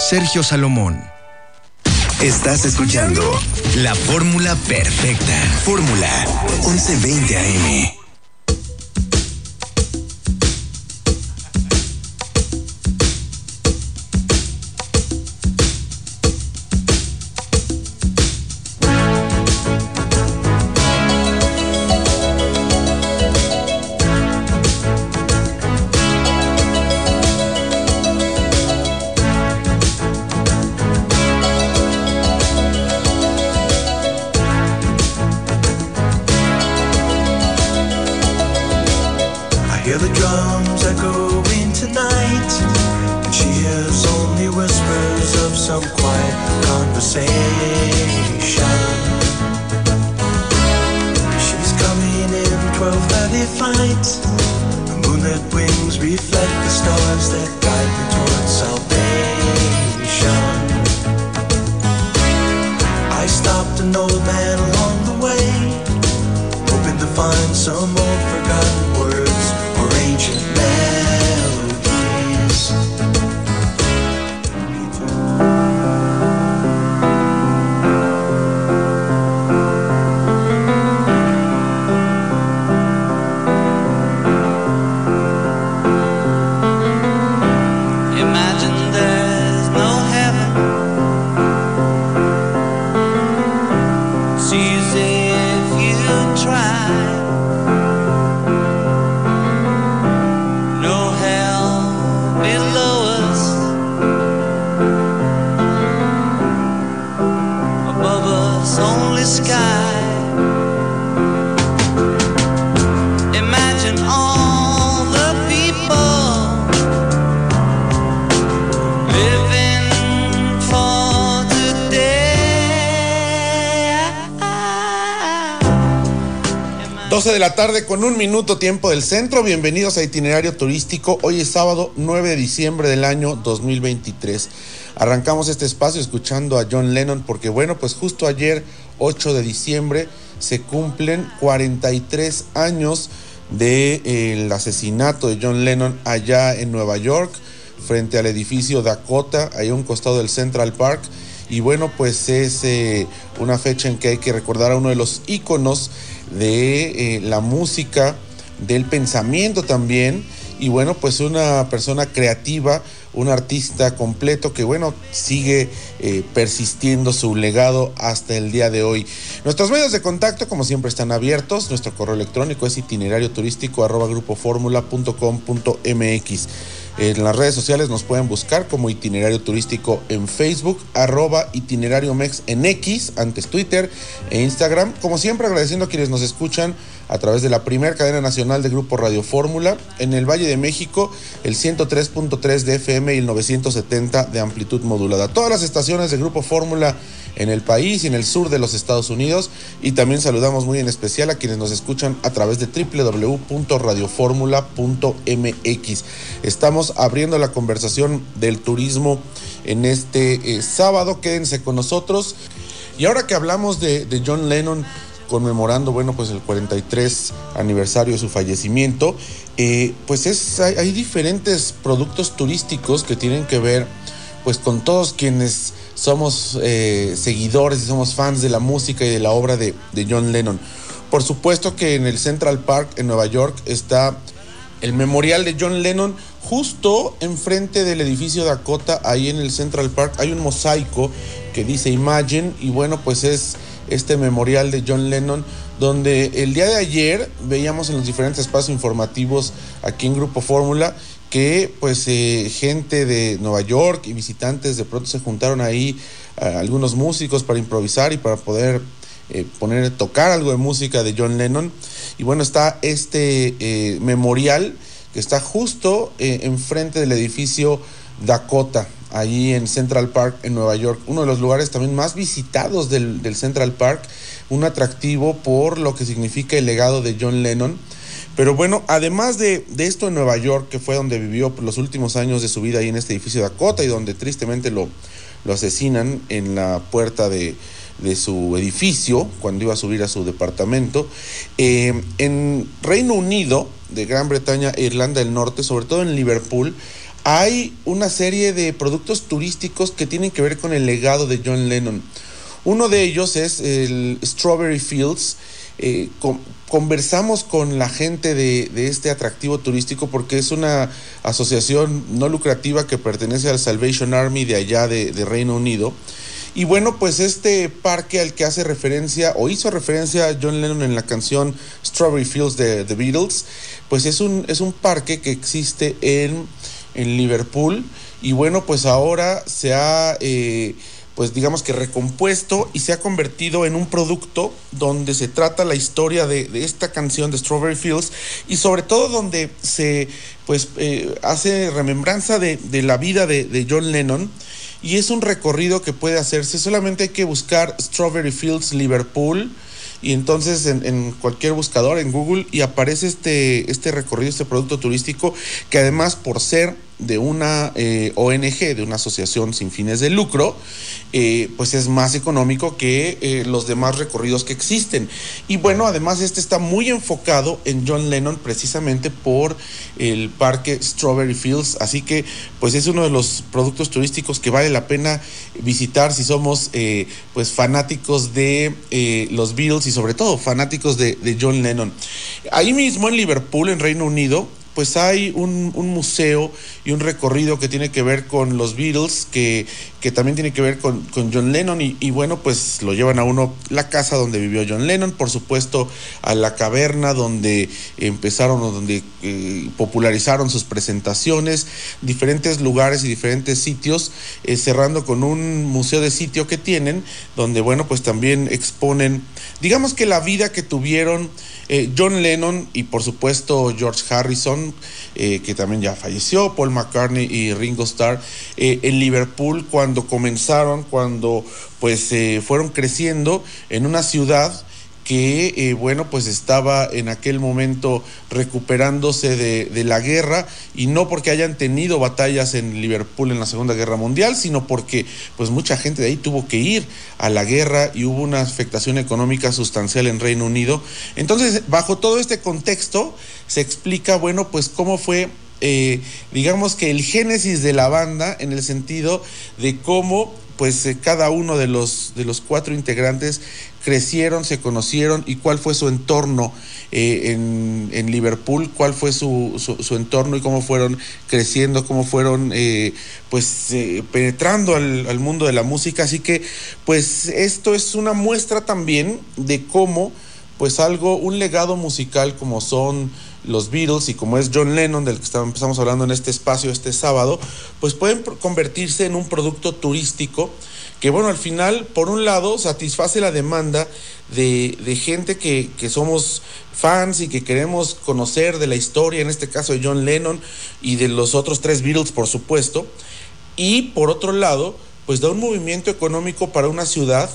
Sergio Salomón. Estás escuchando La Fórmula Perfecta. Fórmula 1120 AM. De la tarde con 1 minuto tiempo del centro. Bienvenidos a Itinerario Turístico. Hoy es sábado 9 de diciembre del año 2023. Arrancamos este espacio escuchando a John Lennon porque bueno, pues justo ayer 8 de diciembre se cumplen 43 años del asesinato de John Lennon allá en Nueva York, frente al edificio Dakota, ahí a un costado del Central Park. Y bueno, pues es una fecha en que hay que recordar a uno de los íconos de la música, del pensamiento también, y bueno, pues una persona creativa, un artista completo que bueno, sigue persistiendo su legado hasta el día de hoy. Nuestros medios de contacto como siempre están abiertos. Nuestro correo electrónico es itinerarioturístico@grupoformula.com.mx. En las redes sociales nos pueden buscar como Itinerario Turístico en Facebook, @itinerariomex en X, antes Twitter e Instagram. Como siempre, agradeciendo a quienes nos escuchan a través de la primera cadena nacional de Grupo Radio Fórmula, en el Valle de México, el 103.3 de FM y el 970 de amplitud modulada. Todas las estaciones de Grupo Fórmula en el país y en el sur de los Estados Unidos, y también saludamos muy en especial a quienes nos escuchan a través de www.radioformula.mx. Estamos abriendo la conversación del turismo en este sábado. Quédense con nosotros. Y ahora que hablamos de John Lennon, conmemorando, bueno, pues el 43 aniversario de su fallecimiento, pues hay diferentes productos turísticos que tienen que ver pues con todos quienes somos seguidores y somos fans de la música y de la obra de John Lennon. Por supuesto que en el Central Park en Nueva York está el memorial de John Lennon. Justo enfrente del edificio Dakota, ahí en el Central Park, hay un mosaico que dice Imagine, y bueno, pues es este memorial de John Lennon, donde el día de ayer veíamos en los diferentes espacios informativos aquí en Grupo Fórmula que pues gente de Nueva York y visitantes de pronto se juntaron ahí, algunos músicos para improvisar y para poder tocar algo de música de John Lennon. Y bueno, está este memorial que está justo enfrente del edificio Dakota, ahí en Central Park en Nueva York, uno de los lugares también más visitados del Central Park, un atractivo por lo que significa el legado de John Lennon. Pero bueno, además de esto en Nueva York, que fue donde vivió los últimos años de su vida ahí en este edificio Dakota, y donde tristemente lo asesinan en la puerta de su edificio cuando iba a subir a su departamento. En Reino Unido, de Gran Bretaña e Irlanda del Norte, sobre todo en Liverpool, hay una serie de productos turísticos que tienen que ver con el legado de John Lennon. Uno de ellos es el Strawberry Fields. Conversamos con la gente de este atractivo turístico porque es una asociación no lucrativa que pertenece al Salvation Army de allá de Reino Unido. Y bueno, pues este parque al que hace referencia o hizo referencia John Lennon en la canción Strawberry Fields de The Beatles, pues es un parque que existe en Liverpool. Y bueno, pues ahora se ha pues digamos que recompuesto y se ha convertido en un producto donde se trata la historia de esta canción de Strawberry Fields, y sobre todo donde se pues hace remembranza de la vida de John Lennon. Y es un recorrido que puede hacerse, solamente hay que buscar Strawberry Fields Liverpool, y entonces en cualquier buscador, en Google, y aparece este recorrido, este producto turístico, que además, por ser de una ONG, de una asociación sin fines de lucro, pues es más económico que los demás recorridos que existen. Y bueno, además está muy enfocado en John Lennon, precisamente por el parque Strawberry Fields, así que pues es uno de los productos turísticos que vale la pena visitar si somos pues fanáticos de los Beatles y sobre todo fanáticos de John Lennon. Ahí mismo en Liverpool, en Reino Unido, pues hay un museo y un recorrido que tiene que ver con los Beatles, que también tiene que ver con John Lennon, y bueno, pues lo llevan a uno, la casa donde vivió John Lennon, por supuesto a la caverna donde empezaron o donde popularizaron sus presentaciones, diferentes lugares y diferentes sitios, cerrando con un museo de sitio que tienen, donde bueno, pues también exponen, digamos que la vida que tuvieron John Lennon y por supuesto George Harrison, que también ya falleció, Paul McCartney y Ringo Starr, en Liverpool cuando comenzaron, cuando pues fueron creciendo en una ciudad que bueno, pues estaba en aquel momento recuperándose de la guerra, y no porque hayan tenido batallas en Liverpool en la Segunda Guerra Mundial, sino porque pues mucha gente de ahí tuvo que ir a la guerra y hubo una afectación económica sustancial en Reino Unido. Entonces, bajo todo este contexto se explica, bueno, pues cómo fue digamos que el génesis de la banda, en el sentido de cómo pues cada uno de los 4 integrantes crecieron, se conocieron, y cuál fue su entorno en Liverpool, cuál fue su entorno y cómo fueron creciendo, cómo fueron penetrando al mundo de la música. Así que pues esto es una muestra también de cómo pues un legado musical como son los Beatles y como es John Lennon, del que empezamos hablando en este espacio este sábado, pues pueden convertirse en un producto turístico que, bueno, al final, por un lado, satisface la demanda de gente que somos fans y que queremos conocer de la historia, en este caso de John Lennon y de los otros 3 Beatles, por supuesto, y por otro lado, pues da un movimiento económico para una ciudad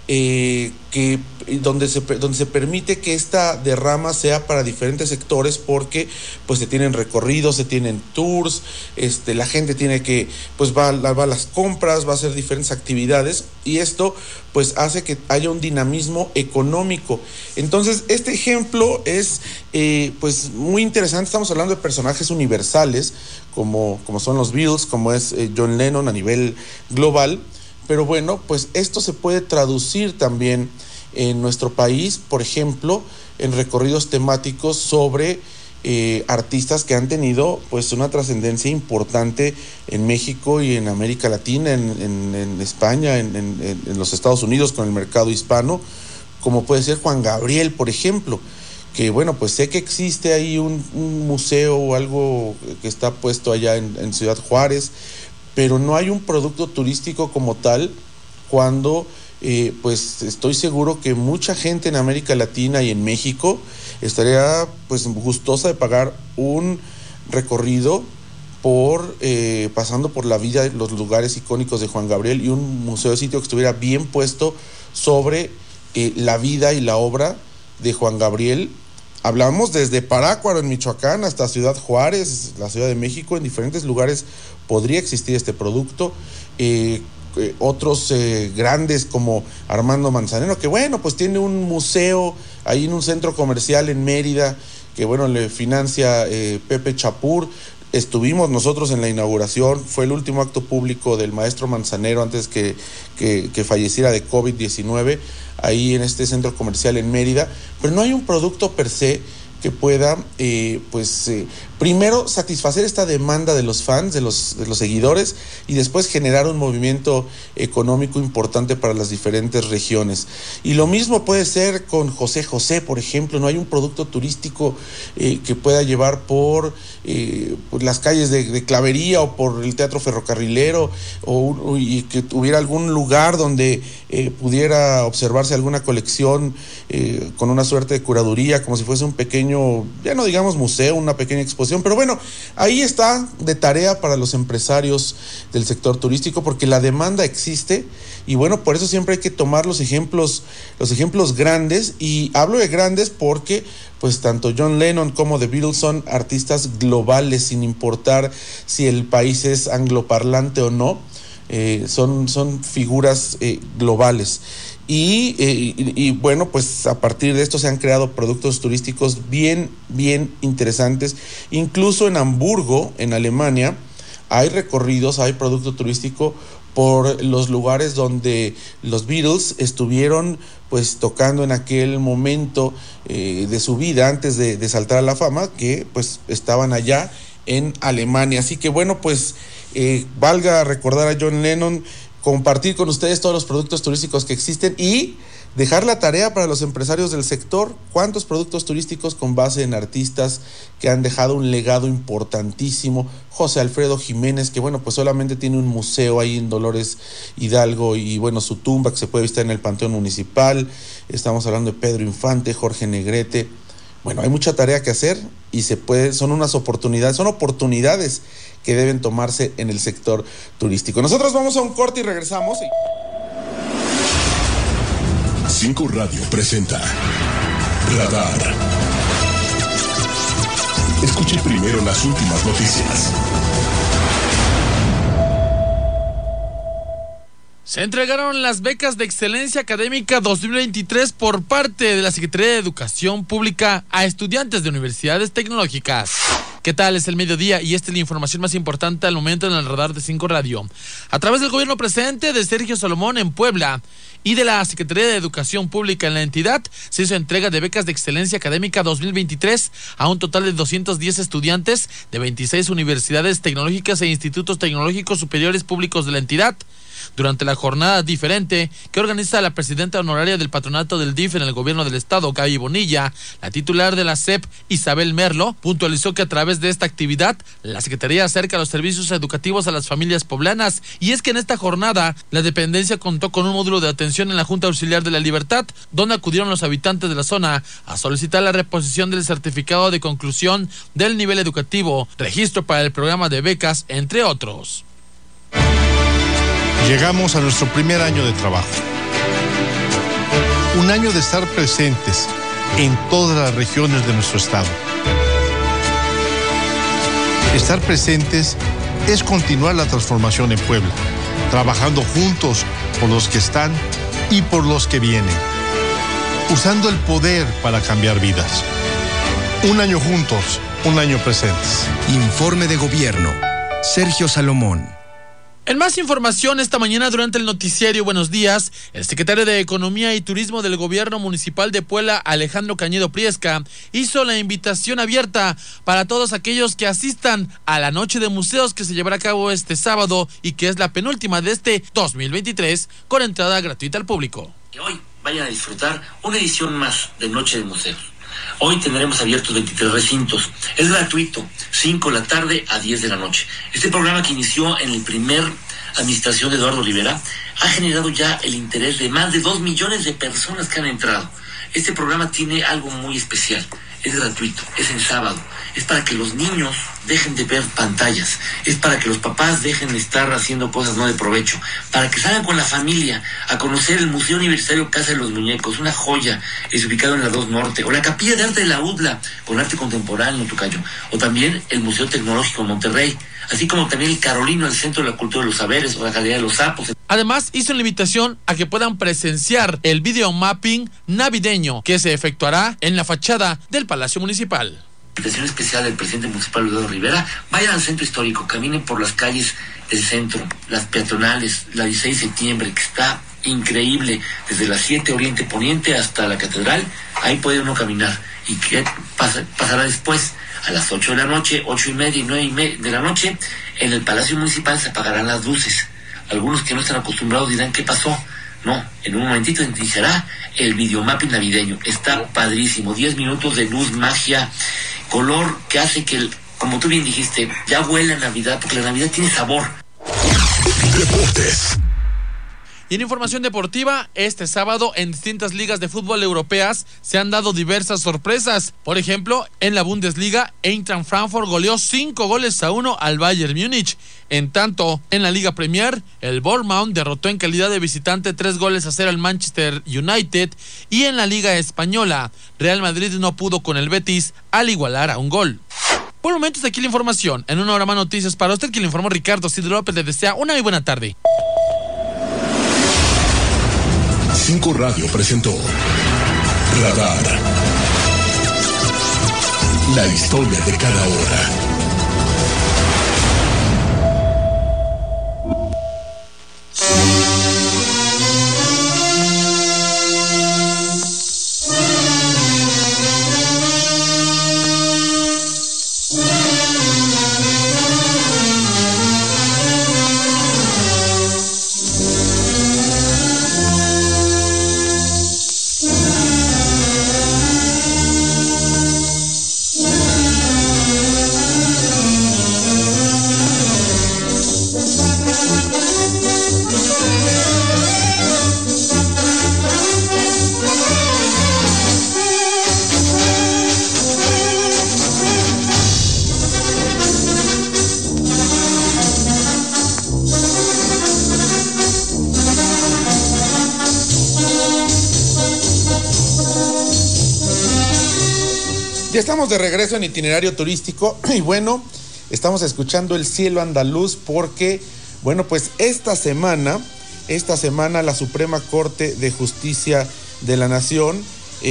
donde se permite que esta derrama sea para diferentes sectores, porque pues se tienen recorridos, se tienen tours, la gente tiene que pues va a las compras, va a hacer diferentes actividades, y esto pues hace que haya un dinamismo económico. Entonces este ejemplo es pues muy interesante. Estamos hablando de personajes universales como son los Beatles, como es John Lennon a nivel global. Pero bueno, pues esto se puede traducir también en nuestro país, por ejemplo, en recorridos temáticos sobre artistas que han tenido pues una trascendencia importante en México y en América Latina, en España, en los Estados Unidos, con el mercado hispano, como puede ser Juan Gabriel, por ejemplo, que bueno, pues sé que existe ahí un museo o algo que está puesto allá en Ciudad Juárez, pero no hay un producto turístico como tal, cuando pues estoy seguro que mucha gente en América Latina y en México estaría pues gustosa de pagar un recorrido pasando por la vida, los lugares icónicos de Juan Gabriel, y un museo de sitio que estuviera bien puesto sobre la vida y la obra de Juan Gabriel. Hablamos desde Parácuaro en Michoacán hasta Ciudad Juárez, la Ciudad de México, en diferentes lugares podría existir este producto. Otros grandes como Armando Manzanero, que bueno, pues tiene un museo ahí en un centro comercial en Mérida, que bueno, le financia Pepe Chapur. Estuvimos nosotros en la inauguración, fue el último acto público del maestro Manzanero antes que falleciera de COVID-19, ahí en este centro comercial en Mérida, pero no hay un producto per se que pueda, primero satisfacer esta demanda de los fans, de los seguidores, y después generar un movimiento económico importante para las diferentes regiones. Y lo mismo puede ser con José José, por ejemplo, no hay un producto turístico que pueda llevar por las calles de Clavería o por el Teatro Ferrocarrilero, y que tuviera algún lugar donde pudiera observarse alguna colección con una suerte de curaduría, como si fuese un pequeño, ya no digamos museo, una pequeña exposición, pero bueno, ahí está de tarea para los empresarios del sector turístico, porque la demanda existe, y bueno, por eso siempre hay que tomar los ejemplos grandes, y hablo de grandes porque pues tanto John Lennon como The Beatles son artistas globales, sin importar si el país es angloparlante o no, son figuras globales. Y bueno, pues a partir de esto se han creado productos turísticos bien interesantes. Incluso en Hamburgo, en Alemania, hay recorridos, hay producto turístico por los lugares donde los Beatles estuvieron pues tocando en aquel momento de su vida antes de saltar a la fama, que pues estaban allá en Alemania. Así que bueno, pues valga recordar a John Lennon, compartir con ustedes todos los productos turísticos que existen y dejar la tarea para los empresarios del sector, cuántos productos turísticos con base en artistas que han dejado un legado importantísimo. José Alfredo Jiménez, que bueno, pues solamente tiene un museo ahí en Dolores Hidalgo, y bueno, su tumba que se puede visitar en el Panteón Municipal. Estamos hablando de Pedro Infante, Jorge Negrete. Bueno, hay mucha tarea que hacer y son oportunidades que deben tomarse en el sector turístico. Nosotros vamos a un corte y regresamos. 5 Radio presenta Radar. Escuche primero las últimas noticias. Se entregaron las becas de excelencia académica 2023 por parte de la Secretaría de Educación Pública a estudiantes de universidades tecnológicas. ¿Qué tal? Es el mediodía y esta es la información más importante al momento en el radar de 5 Radio. A través del gobierno presente de Sergio Salomón en Puebla y de la Secretaría de Educación Pública en la entidad, se hizo entrega de becas de excelencia académica 2023 a un total de 210 estudiantes de 26 universidades tecnológicas e institutos tecnológicos superiores públicos de la entidad. Durante la jornada diferente que organiza la presidenta honoraria del patronato del DIF en el gobierno del estado, Gaby Bonilla, la titular de la SEP, Isabel Merlo, puntualizó que a través de esta actividad la Secretaría acerca los servicios educativos a las familias poblanas, y es que en esta jornada la dependencia contó con un módulo de atención en la Junta Auxiliar de la Libertad, donde acudieron los habitantes de la zona a solicitar la reposición del certificado de conclusión del nivel educativo, registro para el programa de becas, entre otros. Llegamos a nuestro primer año de trabajo. Un año de estar presentes en todas las regiones de nuestro estado. Estar presentes es continuar la transformación en Puebla, trabajando juntos por los que están y por los que vienen, usando el poder para cambiar vidas. Un año juntos, un año presentes. Informe de Gobierno, Sergio Salomón. En más información, esta mañana durante el noticiario Buenos Días, el secretario de Economía y Turismo del Gobierno Municipal de Puebla, Alejandro Cañedo Priesca, hizo la invitación abierta para todos aquellos que asistan a la Noche de Museos que se llevará a cabo este sábado y que es la penúltima de este 2023 con entrada gratuita al público. Que hoy vayan a disfrutar una edición más de Noche de Museos. Hoy tendremos abiertos 23 recintos. Es gratuito, 5 de la tarde a 10 de la noche. Este programa, que inició en la primera administración de Eduardo Rivera, ha generado ya el interés de más de 2 millones de personas que han entrado. Este programa tiene algo muy especial. Es gratuito, es en sábado. Es para que los niños dejen de ver pantallas. Es para que los papás dejen de estar haciendo cosas no de provecho. Para que salgan con la familia a conocer el Museo Universitario Casa de los Muñecos, una joya, es ubicado en la 2 Norte. O la Capilla de Arte de la UDLA, con arte contemporáneo, Tocayo. O también el Museo Tecnológico en Monterrey. Así como también el Carolino, el Centro de la Cultura de los Saberes, o la Galería de los Sapos. Además, hizo la invitación a que puedan presenciar el video mapping navideño que se efectuará en la fachada del Palacio Municipal. invitación especial del presidente municipal Eduardo Rivera. Vayan al centro histórico, caminen por las calles del centro, las peatonales, la 16 de septiembre, que está increíble, desde las 7 Oriente Poniente hasta la Catedral. Ahí puede uno caminar. ¿Y qué pasará después? A las 8 de la noche, 8:30 y 9:30 de la noche, en el Palacio Municipal se apagarán las luces. Algunos que no están acostumbrados dirán, ¿qué pasó? No, en un momentito iniciará el videomapping navideño. Está padrísimo, 10 minutos de luz, magia, color, que hace que, como tú bien dijiste, ya huele a Navidad, porque la Navidad tiene sabor. Deportes. Y en información deportiva, este sábado en distintas ligas de fútbol europeas se han dado diversas sorpresas. Por ejemplo, en la Bundesliga, Eintracht Frankfurt goleó 5-1 al Bayern Múnich. En tanto, en la Liga Premier, el Bournemouth derrotó en calidad de visitante 3-0 al Manchester United. Y en la Liga Española, Real Madrid no pudo con el Betis al igualar a un gol. Por el momento, hasta aquí la información. En una hora más noticias para usted, que le informó Ricardo Cid López. Le desea una muy buena tarde. 5 Radio presentó Radar. La historia de cada hora. Ya estamos de regreso en Itinerario Turístico y bueno, estamos escuchando El Cielo Andaluz porque, bueno, pues esta semana la Suprema Corte de Justicia de la Nación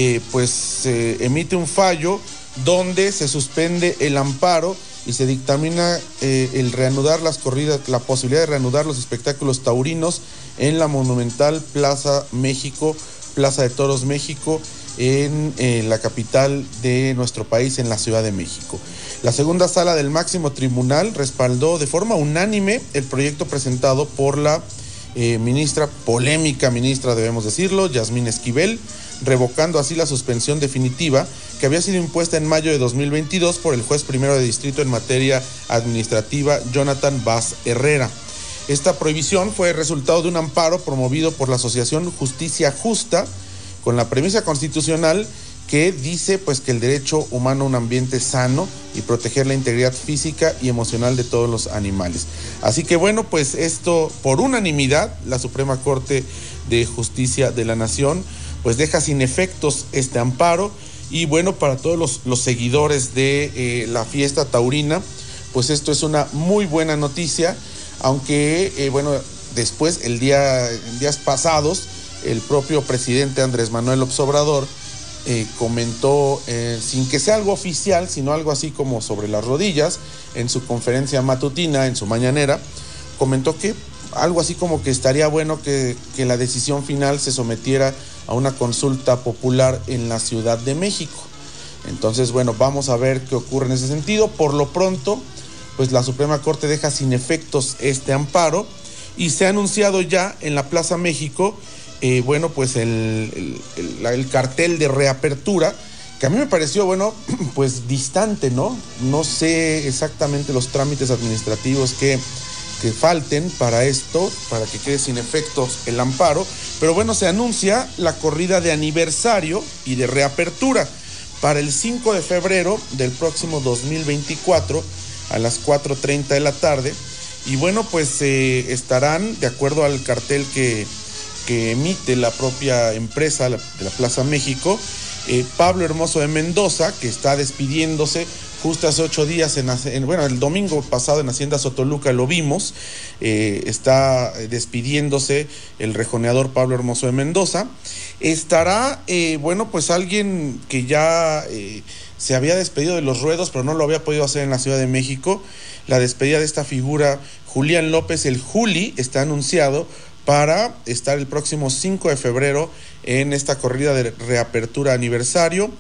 emite un fallo donde se suspende el amparo y se dictamina el reanudar las corridas, la posibilidad de reanudar los espectáculos taurinos en la monumental Plaza México, Plaza de Toros México, en la capital de nuestro país, en la Ciudad de México. La segunda sala del máximo tribunal respaldó de forma unánime el proyecto presentado por la polémica ministra, debemos decirlo, Yasmín Esquivel, revocando así la suspensión definitiva que había sido impuesta en mayo de 2022 por el juez primero de distrito en materia administrativa, Jonathan Vaz Herrera. Esta prohibición fue resultado de un amparo promovido por la Asociación Justicia Justa, con la premisa constitucional que dice pues que el derecho humano a un ambiente sano y proteger la integridad física y emocional de todos los animales. Así que bueno, pues esto por unanimidad, la Suprema Corte de Justicia de la Nación pues deja sin efectos este amparo y bueno, para todos los seguidores de la fiesta taurina, pues esto es una muy buena noticia, aunque bueno, después en días pasados, el propio presidente Andrés Manuel López Obrador comentó, sin que sea algo oficial, sino algo así como sobre las rodillas, en su conferencia matutina, en su mañanera, comentó que algo así como que estaría bueno que la decisión final se sometiera a una consulta popular en la Ciudad de México. Entonces, bueno, vamos a ver qué ocurre en ese sentido. Por lo pronto, pues la Suprema Corte deja sin efectos este amparo y se ha anunciado ya en la Plaza México bueno, pues el cartel de reapertura, que a mí me pareció, bueno, pues distante, ¿no? No sé exactamente los trámites administrativos que falten para esto, para que quede sin efectos el amparo, pero bueno, se anuncia la corrida de aniversario y de reapertura para el 5 de febrero del próximo 2024 a las 4:30 de la tarde, y bueno, pues estarán, de acuerdo al cartel que emite la propia empresa de la Plaza México, Pablo Hermoso de Mendoza, que está despidiéndose justo hace 8 días, el domingo pasado en Hacienda Sotoluca lo vimos. Está despidiéndose el rejoneador Pablo Hermoso de Mendoza. Estará, pues alguien que ya se había despedido de los ruedos, pero no lo había podido hacer en la Ciudad de México. La despedida de esta figura, Julián López, el Juli, está anunciado para estar el próximo 5 de febrero en esta corrida de reapertura aniversario.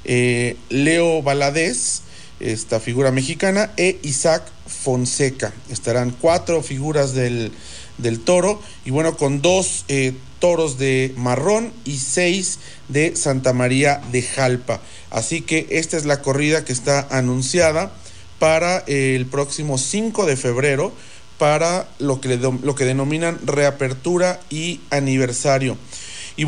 Leo Valadez, esta figura mexicana, e Isaac Fonseca. Estarán 4 figuras del toro, y con 2 toros de Marrón y 6 de Santa María de Jalpa. Así que esta es la corrida que está anunciada para el próximo 5 de febrero, para lo que denominan reapertura y aniversario. Y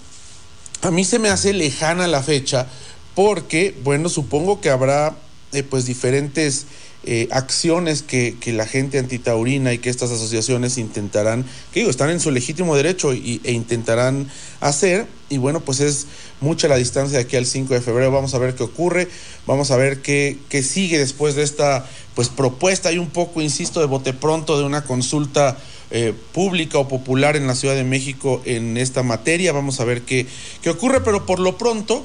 a mí se me hace lejana la fecha, porque, supongo que habrá diferentes acciones que la gente antitaurina y que estas asociaciones intentarán, están en su legítimo derecho e intentarán hacer. Y es mucha la distancia de aquí al 5 de febrero. Vamos a ver qué ocurre, vamos a ver qué sigue después de esta propuesta, y un poco, insisto, de bote pronto, de una consulta pública o popular en la Ciudad de México en esta materia. Vamos a ver qué ocurre, pero por lo pronto,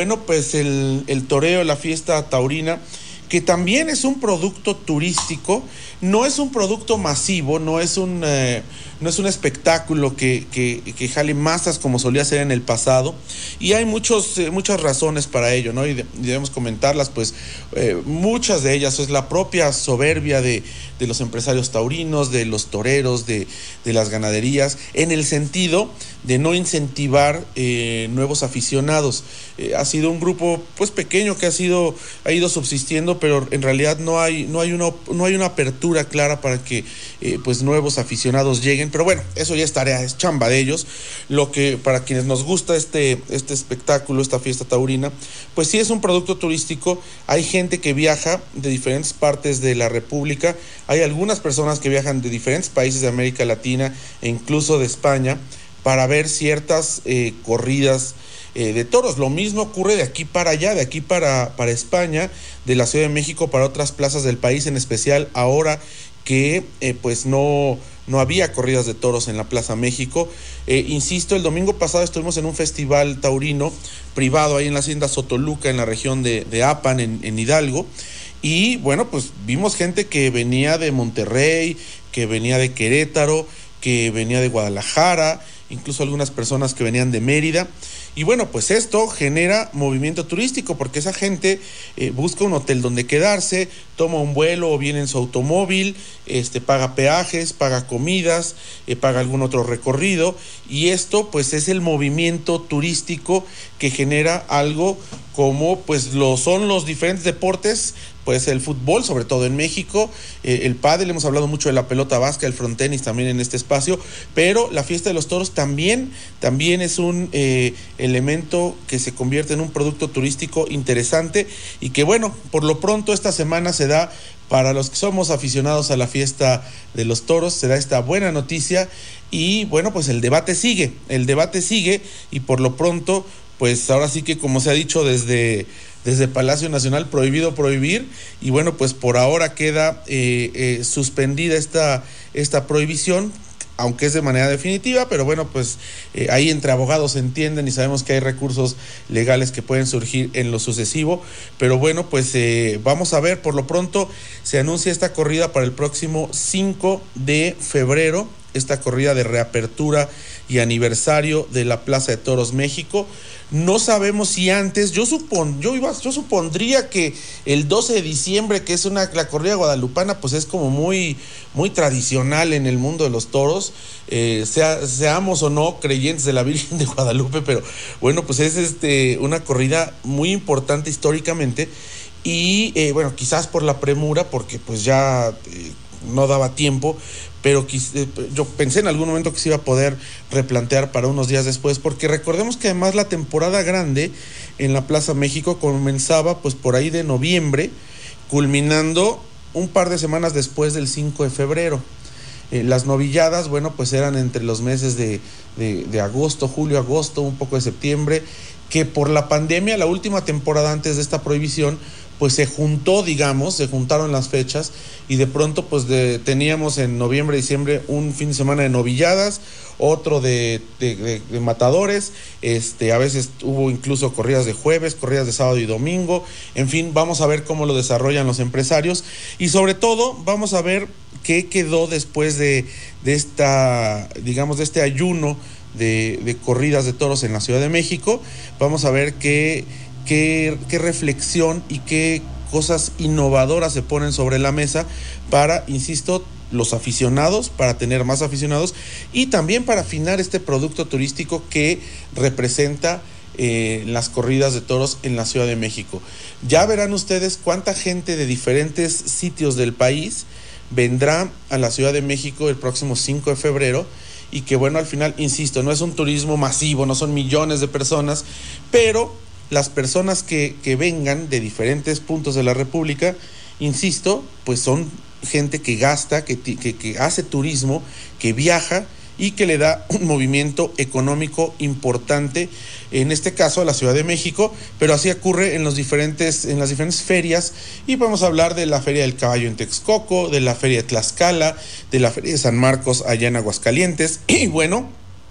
el toreo, la fiesta taurina, que también es un producto turístico, no es un producto masivo, no es un espectáculo que jale masas como solía ser en el pasado, y hay muchas razones para ello, ¿no? Y debemos comentarlas, muchas de ellas es la propia soberbia de los empresarios taurinos, de los toreros, de las ganaderías, en el sentido de no incentivar nuevos aficionados. Ha sido un grupo pequeño que ha ido subsistiendo, pero en realidad no hay una apertura clara para que nuevos aficionados lleguen. Pero eso ya es chamba de ellos. Lo que, para quienes nos gusta este espectáculo, esta fiesta taurina, sí es un producto turístico. Hay gente que viaja de diferentes partes de la República, hay algunas personas que viajan de diferentes países de América Latina e incluso de España para ver ciertas corridas de toros. Lo mismo ocurre de aquí para allá, de aquí para España, de la Ciudad de México para otras plazas del país, en especial ahora que no había corridas de toros en la Plaza México. Insisto, el domingo pasado estuvimos en un festival taurino privado ahí en la Hacienda Sotoluca, en la región de Apan, en Hidalgo, y vimos gente que venía de Monterrey, que venía de Querétaro, que venía de Guadalajara, incluso algunas personas que venían de Mérida. Y esto genera movimiento turístico, porque esa gente busca un hotel donde quedarse, toma un vuelo o viene en su automóvil, paga peajes, paga comidas, paga algún otro recorrido, y esto es el movimiento turístico que genera algo como lo son los diferentes deportes, el fútbol, sobre todo en México, el pádel, hemos hablado mucho de la pelota vasca, el frontenis también en este espacio, pero la fiesta de los toros también es un elemento que se convierte en un producto turístico interesante, y que por lo pronto esta semana se da, para los que somos aficionados a la fiesta de los toros, se da esta buena noticia. Y el debate sigue, y por lo pronto, ahora sí que, como se ha dicho desde Palacio Nacional, prohibido prohibir, y por ahora queda suspendida esta prohibición, aunque es de manera definitiva, pero ahí entre abogados se entienden, y sabemos que hay recursos legales que pueden surgir en lo sucesivo. Pero vamos a ver. Por lo pronto se anuncia esta corrida para el próximo 5 de febrero, esta corrida de reapertura y aniversario de la Plaza de Toros México. No sabemos si antes, yo supondría que el 12 de diciembre, que es la corrida guadalupana, es como muy, muy tradicional en el mundo de los toros, seamos o no creyentes de la Virgen de Guadalupe, pero es una corrida muy importante históricamente, y quizás por la premura, porque ya no daba tiempo, pero yo pensé en algún momento que se iba a poder replantear para unos días después, porque recordemos que además la temporada grande en la Plaza México comenzaba por ahí de noviembre, culminando un par de semanas después del 5 de febrero. Las novilladas, eran entre los meses de agosto, julio, agosto, un poco de septiembre, que por la pandemia, la última temporada antes de esta prohibición, pues se juntaron las fechas y de pronto pues teníamos en noviembre, diciembre un fin de semana de novilladas, otro de matadores, a veces hubo incluso corridas de jueves, corridas de sábado y domingo, en fin, vamos a ver cómo lo desarrollan los empresarios y sobre todo vamos a ver qué quedó después de este ayuno de corridas de toros en la Ciudad de México. Vamos a ver qué reflexión y qué cosas innovadoras se ponen sobre la mesa para, insisto, los aficionados, para tener más aficionados y también para afinar este producto turístico que representa las corridas de toros en la Ciudad de México. Ya verán ustedes cuánta gente de diferentes sitios del país vendrá a la Ciudad de México el próximo 5 de febrero y que bueno, al final, insisto, no es un turismo masivo, no son millones de personas, pero las personas que vengan de diferentes puntos de la República, insisto, pues son gente que gasta, que hace turismo, que viaja y que le da un movimiento económico importante, en este caso a la Ciudad de México, pero así ocurre en las diferentes ferias, y podemos hablar de la Feria del Caballo en Texcoco, de la Feria de Tlaxcala, de la Feria de San Marcos allá en Aguascalientes, y bueno,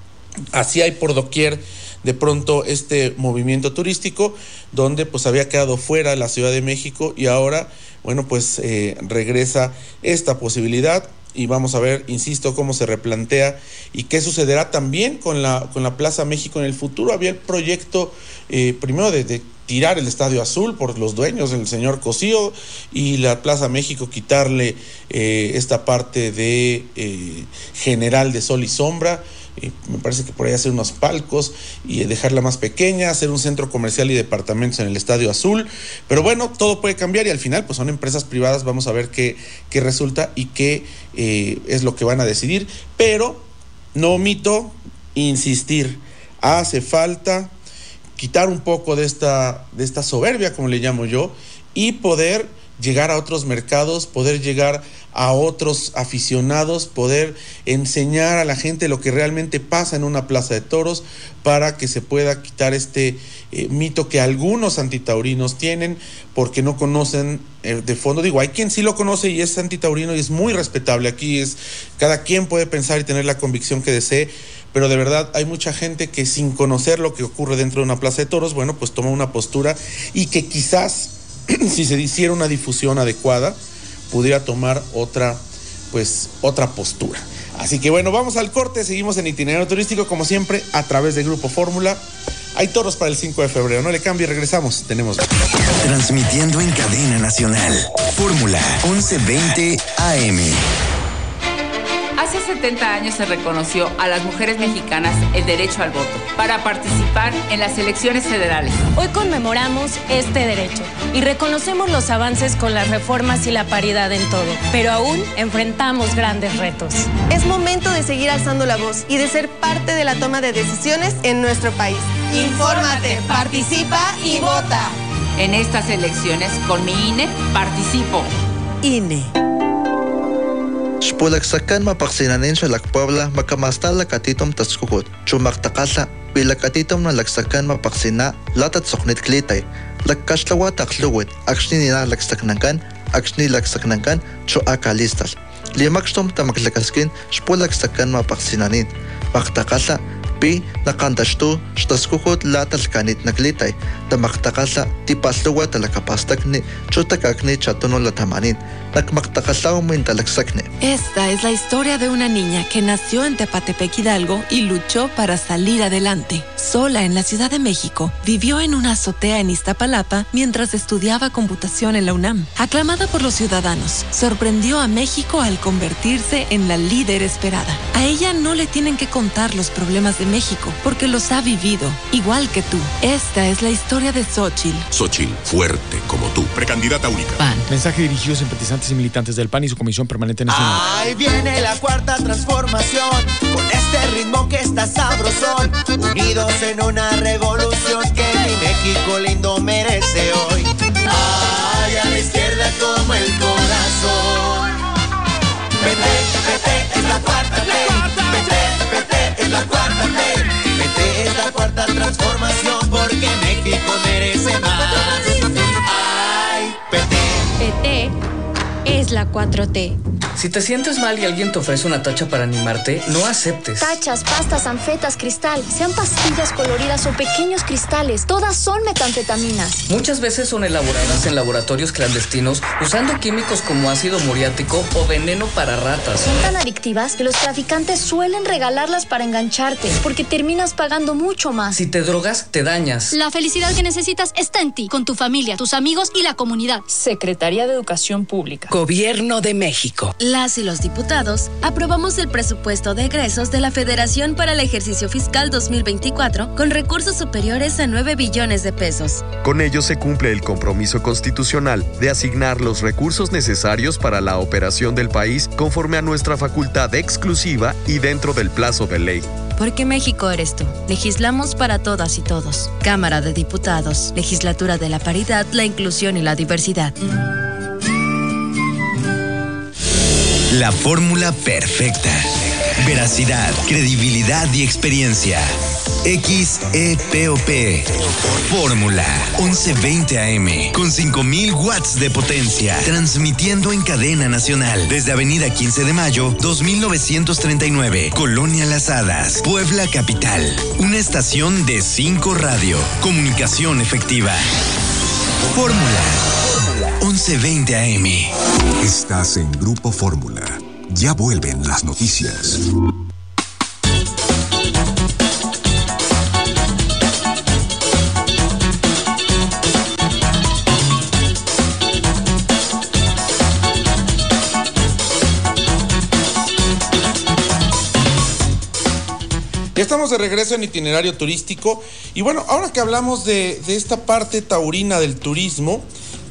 así hay por doquier de pronto este movimiento turístico, donde pues había quedado fuera la Ciudad de México y ahora, bueno, pues regresa esta posibilidad. Y vamos a ver, insisto, cómo se replantea y qué sucederá también con la Plaza México en el futuro. Había el proyecto primero de tirar el Estadio Azul por los dueños, el señor Cosío, y la Plaza México quitarle esta parte de general de sol y sombra. Me parece que por ahí hacer unos palcos y dejarla más pequeña, hacer un centro comercial y departamentos en el Estadio Azul, pero bueno, todo puede cambiar y al final pues son empresas privadas, vamos a ver qué resulta y qué es lo que van a decidir, pero no omito insistir, hace falta quitar un poco de esta soberbia, como le llamo yo, y poder llegar a otros mercados, poder llegar a otros aficionados, poder enseñar a la gente lo que realmente pasa en una plaza de toros para que se pueda quitar este mito que algunos antitaurinos tienen porque no conocen de fondo. Digo, hay quien sí lo conoce y es antitaurino y es muy respetable. Aquí cada quien puede pensar y tener la convicción que desee, pero de verdad hay mucha gente que sin conocer lo que ocurre dentro de una plaza de toros, bueno, pues toma una postura y que quizás si se hiciera una difusión adecuada, pudiera tomar otra postura. Así que bueno, vamos al corte, seguimos en Itinerario Turístico, como siempre, a través del Grupo Fórmula. Hay toros para el 5 de febrero, no le cambie, regresamos, tenemos... Transmitiendo en cadena nacional, Fórmula 1120 AM. Hace 70 años se reconoció a las mujeres mexicanas el derecho al voto para participar en las elecciones federales. Hoy conmemoramos este derecho y reconocemos los avances con las reformas y la paridad en todo, pero aún enfrentamos grandes retos. Es momento de seguir alzando la voz y de ser parte de la toma de decisiones en nuestro país. Infórmate, participa y vota. En estas elecciones, con mi INE, participo. INE. Xpulaksakan mapaksinanin sa Lakpuebla makamastala katitom taskukut. Chumaktakasa pilakatitom na laksakan mapaksina latat soknit klitay. Lakkashlawa takluwit akshni nina laksaknankan cho akalistas. Limakstom tamaklakaskin xpulaksakan mapaksinanin. Maktakasa pi nakantashtu xtaskukut latalkanit naklitay. Tamaktakasa tipasluwa talakapastakni chutakakni chatuno latamanin. Esta es la historia de una niña que nació en Tepatepec, Hidalgo, y luchó para salir adelante. Sola en la Ciudad de México, vivió en una azotea en Iztapalapa mientras estudiaba computación en la UNAM. Aclamada por los ciudadanos, sorprendió a México al convertirse en la líder esperada. A ella no le tienen que contar los problemas de México, porque los ha vivido, igual que tú. Esta es la historia de Xóchitl. Xóchitl, fuerte como tú. Precandidata única. PAN. Mensaje dirigido a simpatizantes y militantes del PAN y su Comisión Permanente Nacional. Ahí viene la cuarta transformación, con este ritmo que está sabrosón, unidos en una revolución que mi México lindo merece hoy. Ay, a la izquierda como el corazón. PT es la cuarta ley. PT es la cuarta ley. PT es la cuarta transformación porque México merece más. Ay. la 4T. Si te sientes mal y alguien te ofrece una tacha para animarte, no aceptes. Tachas, pastas, anfetas, cristal, sean pastillas coloridas o pequeños cristales, todas son metanfetaminas. Muchas veces son elaboradas en laboratorios clandestinos usando químicos como ácido muriático o veneno para ratas. Son tan adictivas que los traficantes suelen regalarlas para engancharte, porque terminas pagando mucho más. Si te drogas, te dañas. La felicidad que necesitas está en ti, con tu familia, tus amigos y la comunidad. Secretaría de Educación Pública. Gobierno de México. Las y los diputados aprobamos el presupuesto de egresos de la Federación para el ejercicio fiscal 2024 con recursos superiores a 9 billones de pesos. Con ello se cumple el compromiso constitucional de asignar los recursos necesarios para la operación del país conforme a nuestra facultad exclusiva y dentro del plazo de ley. Porque México eres tú. Legislamos para todas y todos. Cámara de Diputados. Legislatura de la Paridad, la Inclusión y la Diversidad. La fórmula perfecta. Veracidad, credibilidad y experiencia. XEPOP. Fórmula 1120 AM. Con 5000 watts de potencia. Transmitiendo en cadena nacional. Desde Avenida 15 de Mayo, 2939. Colonia Las Hadas, Puebla Capital. Una estación de 5 Radio. Comunicación efectiva. Fórmula 1120 AM. Estás en Grupo Fórmula. Ya vuelven las noticias. Ya estamos de regreso en Itinerario Turístico y bueno, ahora que hablamos de esta parte taurina del turismo,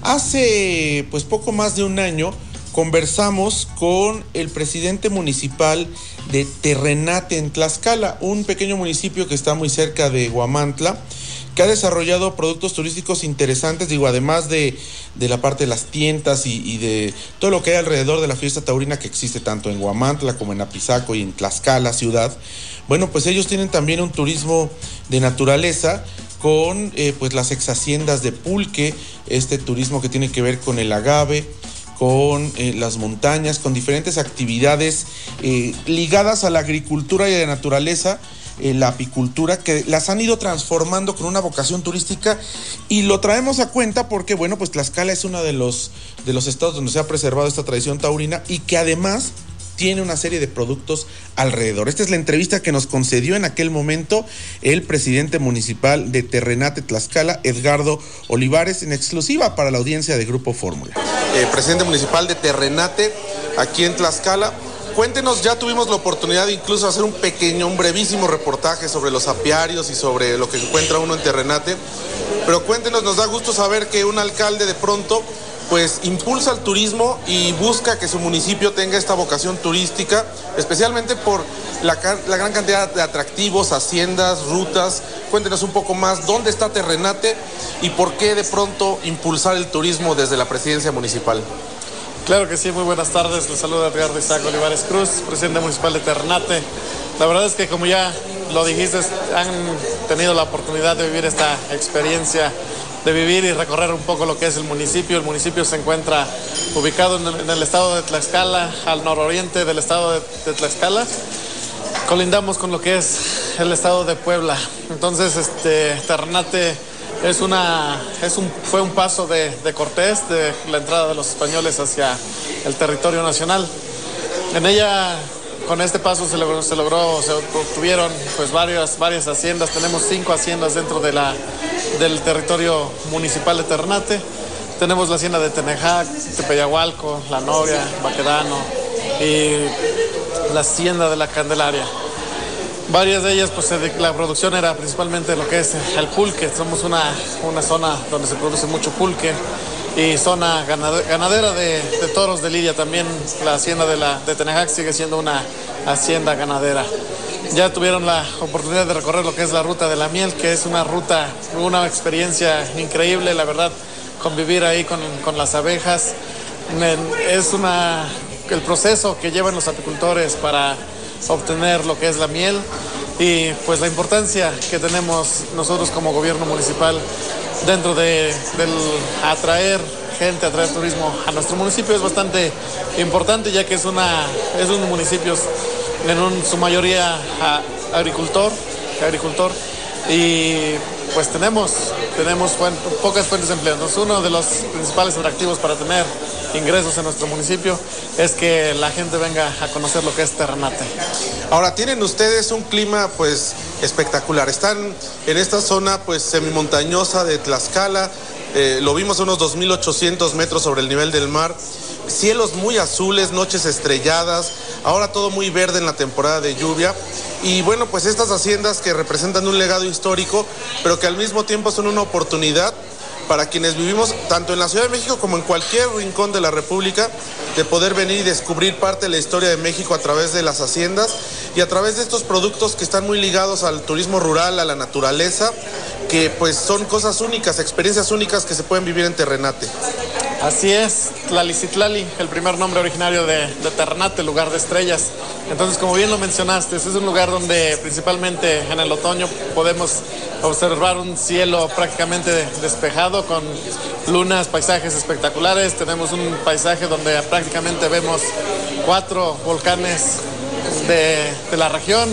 hace pues poco más de un año conversamos con el presidente municipal de Terrenate en Tlaxcala, un pequeño municipio que está muy cerca de Huamantla, que ha desarrollado productos turísticos interesantes, digo, además de la parte de las tiendas y de todo lo que hay alrededor de la fiesta taurina que existe tanto en Huamantla como en Apizaco y en Tlaxcala ciudad. Bueno, pues ellos tienen también un turismo de naturaleza con pues las exhaciendas de pulque, este turismo que tiene que ver con el agave, con las montañas, con diferentes actividades ligadas a la agricultura y a la naturaleza, la apicultura, que las han ido transformando con una vocación turística, y lo traemos a cuenta porque, bueno, pues Tlaxcala es uno de los estados donde se ha preservado esta tradición taurina y que además tiene una serie de productos alrededor. Esta es la entrevista que nos concedió en aquel momento el presidente municipal de Terrenate, Tlaxcala, Edgardo Olivares, en exclusiva para la audiencia de Grupo Fórmula. Presidente municipal de Terrenate, aquí en Tlaxcala, cuéntenos, ya tuvimos la oportunidad de incluso hacer un brevísimo reportaje sobre los apiarios y sobre lo que encuentra uno en Terrenate, pero cuéntenos, nos da gusto saber que un alcalde de pronto pues impulsa el turismo y busca que su municipio tenga esta vocación turística, especialmente por la gran cantidad de atractivos, haciendas, rutas. Cuéntenos un poco más dónde está Terrenate y por qué de pronto impulsar el turismo desde la presidencia municipal. Claro que sí, muy buenas tardes. Les saluda Edgardo Isaac Olivares Cruz, presidente municipal de Terrenate. La verdad es que, como ya lo dijiste, han tenido la oportunidad de vivir esta experiencia, de vivir y recorrer un poco lo que es el municipio. El municipio se encuentra ubicado en el estado de Tlaxcala, al nororiente del estado de Tlaxcala. Colindamos con lo que es el estado de Puebla. Entonces, Terrenate fue un paso de Cortés, de la entrada de los españoles hacia el territorio nacional. En ella, con este paso se obtuvieron pues varias haciendas. Tenemos 5 haciendas dentro del territorio municipal de Terrenate. Tenemos la hacienda de Tenejac, Tepeyahualco, La Noria, Baquedano y la hacienda de La Candelaria. Varias de ellas, pues la producción era principalmente lo que es el pulque. Somos una zona donde se produce mucho pulque y zona ganadera de toros de lidia también. La hacienda de Tenejac sigue siendo una hacienda ganadera. Ya tuvieron la oportunidad de recorrer lo que es la ruta de la miel, que es una experiencia increíble, la verdad, convivir ahí con las abejas. Es el proceso que llevan los apicultores para obtener lo que es la miel y pues la importancia que tenemos nosotros como gobierno municipal dentro del atraer gente, atraer turismo a nuestro municipio es bastante importante, ya que es un municipio en su mayoría agricultor, y pues tenemos pocas fuentes de empleo. Entonces, uno de los principales atractivos para tener ingresos en nuestro municipio es que la gente venga a conocer lo que es Terrenate. Ahora, tienen ustedes un clima pues espectacular. Están en esta zona pues semimontañosa de Tlaxcala, lo vimos a unos 2.800 metros sobre el nivel del mar, cielos muy azules, noches estrelladas, ahora todo muy verde en la temporada de lluvia. Y bueno, pues estas haciendas que representan un legado histórico, pero que al mismo tiempo son una oportunidad para quienes vivimos tanto en la Ciudad de México como en cualquier rincón de la República, de poder venir y descubrir parte de la historia de México a través de las haciendas y a través de estos productos que están muy ligados al turismo rural, a la naturaleza, que pues son cosas únicas, experiencias únicas que se pueden vivir en Terrenate. Así es, Tlalicitlali, el primer nombre originario de Terrenate, lugar de estrellas. Entonces, como bien lo mencionaste, es un lugar donde principalmente en el otoño podemos observar un cielo prácticamente despejado con lunas, paisajes espectaculares. Tenemos un paisaje donde prácticamente vemos 4 volcanes de la región.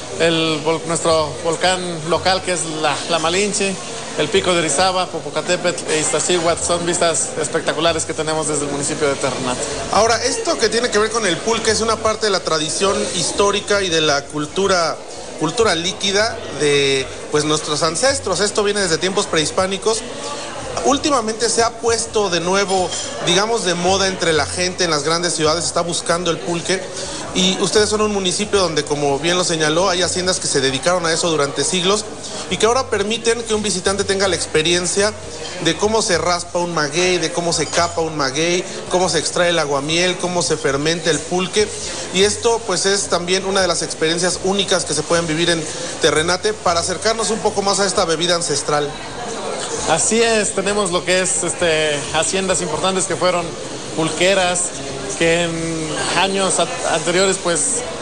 Nuestro volcán local, que es la Malinche, el Pico de Orizaba, Popocatépetl e Iztaccíhuatl, son vistas espectaculares que tenemos desde el municipio de Terrenate. Ahora, esto que tiene que ver con el pulque es una parte de la tradición histórica y de la cultura líquida de pues nuestros ancestros. Esto viene desde tiempos prehispánicos. Últimamente se ha puesto de nuevo, digamos, de moda entre la gente en las grandes ciudades, está buscando el pulque. Y ustedes son un municipio donde, como bien lo señaló, hay haciendas que se dedicaron a eso durante siglos y que ahora permiten que un visitante tenga la experiencia de cómo se raspa un maguey, de cómo se capa un maguey, cómo se extrae el aguamiel, cómo se fermenta el pulque. Y esto pues es también una de las experiencias únicas que se pueden vivir en Terrenate para acercarnos un poco más a esta bebida ancestral. Así es, tenemos lo que es haciendas importantes que fueron pulqueras, que en años anteriores pues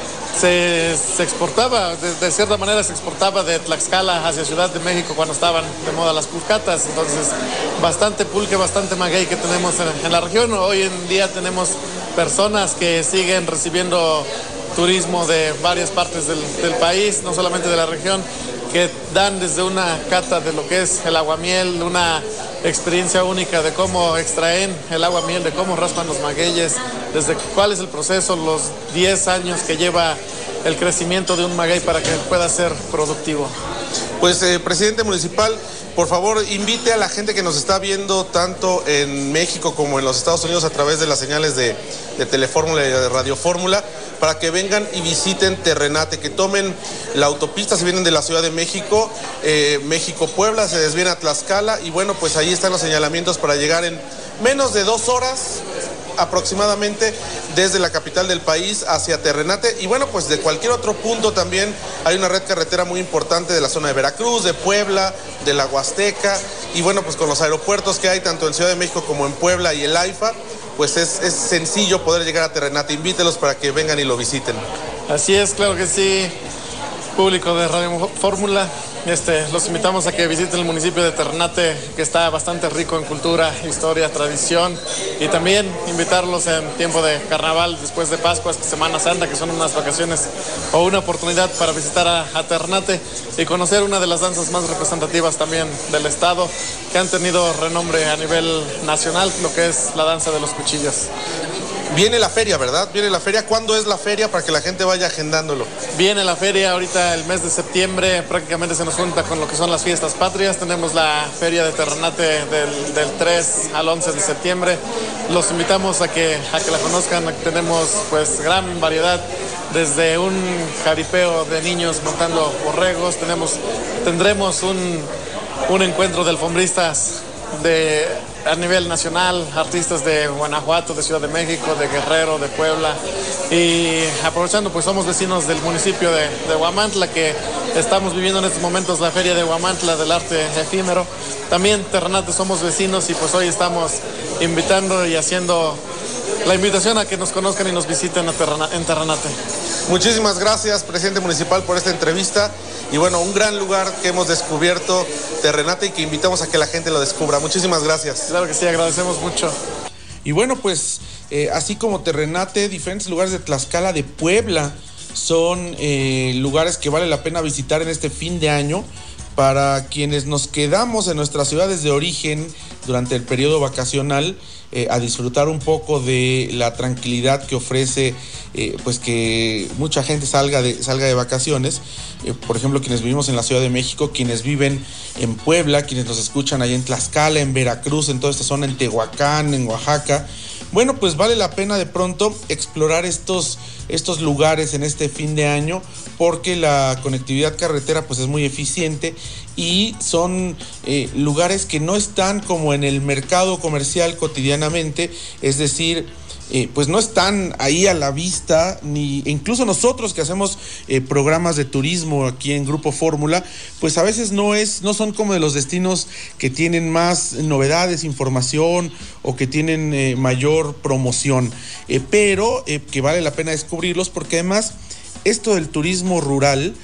se exportaba, de cierta manera se exportaba de Tlaxcala hacia Ciudad de México cuando estaban de moda las pulcatas. Entonces, bastante pulque, bastante maguey que tenemos en la región. Hoy en día tenemos personas que siguen recibiendo turismo de varias partes del país, no solamente de la región, que dan desde una cata de lo que es el aguamiel, una experiencia única de cómo extraen el aguamiel, de cómo raspan los magueyes, desde cuál es el proceso, los 10 años que lleva el crecimiento de un maguey para que pueda ser productivo. Pues, presidente municipal, por favor, invite a la gente que nos está viendo tanto en México como en los Estados Unidos a través de las señales de Telefórmula y de Radio Fórmula, para que vengan y visiten Terrenate, que tomen la autopista si vienen de la Ciudad de México, México-Puebla, se desvíen a Tlaxcala y bueno, pues ahí están los señalamientos para llegar en menos de 2 horas aproximadamente desde la capital del país hacia Terrenate. Y bueno, pues de cualquier otro punto también hay una red carretera muy importante de la zona de Veracruz, de Puebla, de la Huasteca, y bueno, pues con los aeropuertos que hay tanto en Ciudad de México como en Puebla y el AIFA, pues es sencillo poder llegar a Terrenate. Invítelos para que vengan y lo visiten. Así es, claro que sí, público de Radio Fórmula. Los invitamos a que visiten el municipio de Terrenate, que está bastante rico en cultura, historia, tradición, y también invitarlos en tiempo de carnaval, después de Pascua, Semana Santa, que son unas vacaciones o una oportunidad para visitar a Terrenate y conocer una de las danzas más representativas también del estado, que han tenido renombre a nivel nacional, lo que es la danza de los cuchillos. Viene la feria, ¿verdad? Viene la feria. ¿Cuándo es la feria para que la gente vaya agendándolo? Viene la feria ahorita el mes de septiembre, prácticamente se nos junta con lo que son las fiestas patrias. Tenemos la feria de Terrenate del 3 al 11 de septiembre. Los invitamos a que la conozcan. Tenemos pues gran variedad, desde un jaripeo de niños montando borregos. Tendremos un encuentro de alfombristas a nivel nacional, artistas de Guanajuato, de Ciudad de México, de Guerrero, de Puebla, y aprovechando, pues somos vecinos del municipio de Huamantla, que estamos viviendo en estos momentos la feria de Huamantla del arte efímero. También Terrenate somos vecinos y pues hoy estamos invitando y haciendo la invitación a que nos conozcan y nos visiten en Terrenate. Muchísimas gracias, presidente municipal, por esta entrevista. Y bueno, un gran lugar que hemos descubierto, Terrenate, y que invitamos a que la gente lo descubra. Muchísimas gracias. Claro que sí, agradecemos mucho. Y bueno, pues así como Terrenate, diferentes lugares de Tlaxcala, de Puebla, son lugares que vale la pena visitar en este fin de año. Para quienes nos quedamos en nuestras ciudades de origen durante el periodo vacacional, a disfrutar un poco de la tranquilidad que ofrece pues que mucha gente salga de vacaciones. Por ejemplo, quienes vivimos en la Ciudad de México, quienes viven en Puebla, quienes nos escuchan allá en Tlaxcala, en Veracruz, en toda esta zona, en Tehuacán, en Oaxaca. Bueno, pues vale la pena de pronto explorar estos lugares en este fin de año, porque la conectividad carretera pues es muy eficiente y son lugares que no están como en el mercado comercial cotidianamente, es decir, pues no están ahí a la vista, ni incluso nosotros que hacemos programas de turismo aquí en Grupo Fórmula, pues a veces no son como de los destinos que tienen más novedades, información o que tienen mayor promoción, pero que vale la pena descubrirlos, porque además esto del turismo rural,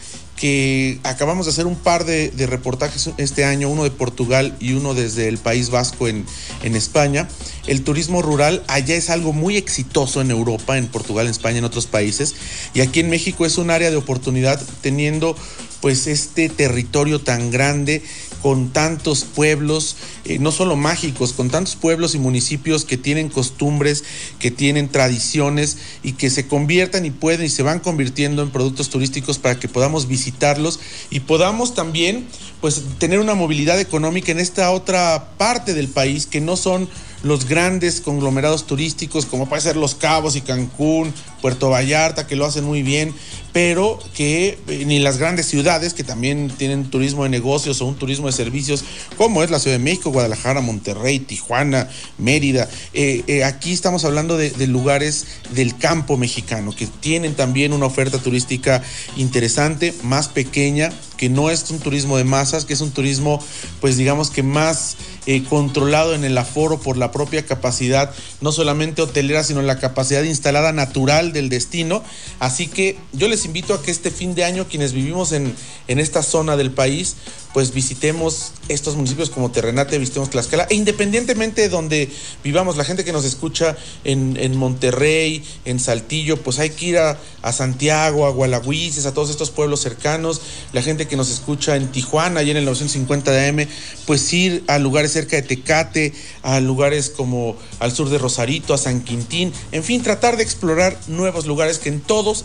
que acabamos de hacer un par de reportajes este año, uno de Portugal y uno desde el País Vasco en España. El turismo rural allá es algo muy exitoso en Europa, en Portugal, en España, en otros países, y aquí en México es un área de oportunidad, teniendo pues este territorio tan grande, con tantos pueblos, no solo mágicos, con tantos pueblos y municipios que tienen costumbres, que tienen tradiciones y que se conviertan y pueden y se van convirtiendo en productos turísticos para que podamos visitarlos y podamos también pues tener una movilidad económica en esta otra parte del país, que no son los grandes conglomerados turísticos como puede ser Los Cabos y Cancún, Puerto Vallarta, que lo hacen muy bien, pero que ni las grandes ciudades que también tienen turismo de negocios o un turismo de servicios, como es la Ciudad de México, Guadalajara, Monterrey, Tijuana, Mérida. Aquí estamos hablando de lugares del campo mexicano que tienen también una oferta turística interesante, más pequeña, que no es un turismo de masas, que es un turismo pues digamos que más controlado en el aforo por la propia capacidad, no solamente hotelera, sino la capacidad instalada natural del destino. Así que yo les invito a que este fin de año, quienes vivimos en esta zona del país, pues visitemos estos municipios como Terrenate, visitemos Tlaxcala, e independientemente de donde vivamos, la gente que nos escucha en Monterrey, en Saltillo, pues hay que ir a Santiago, a Gualahuises, a todos estos pueblos cercanos. La gente que nos escucha en Tijuana, allá en el 950 de AM, pues ir a lugares cerca de Tecate, a lugares como al sur de Rosarito, a San Quintín, en fin, tratar de explorar nuevos lugares, que en todos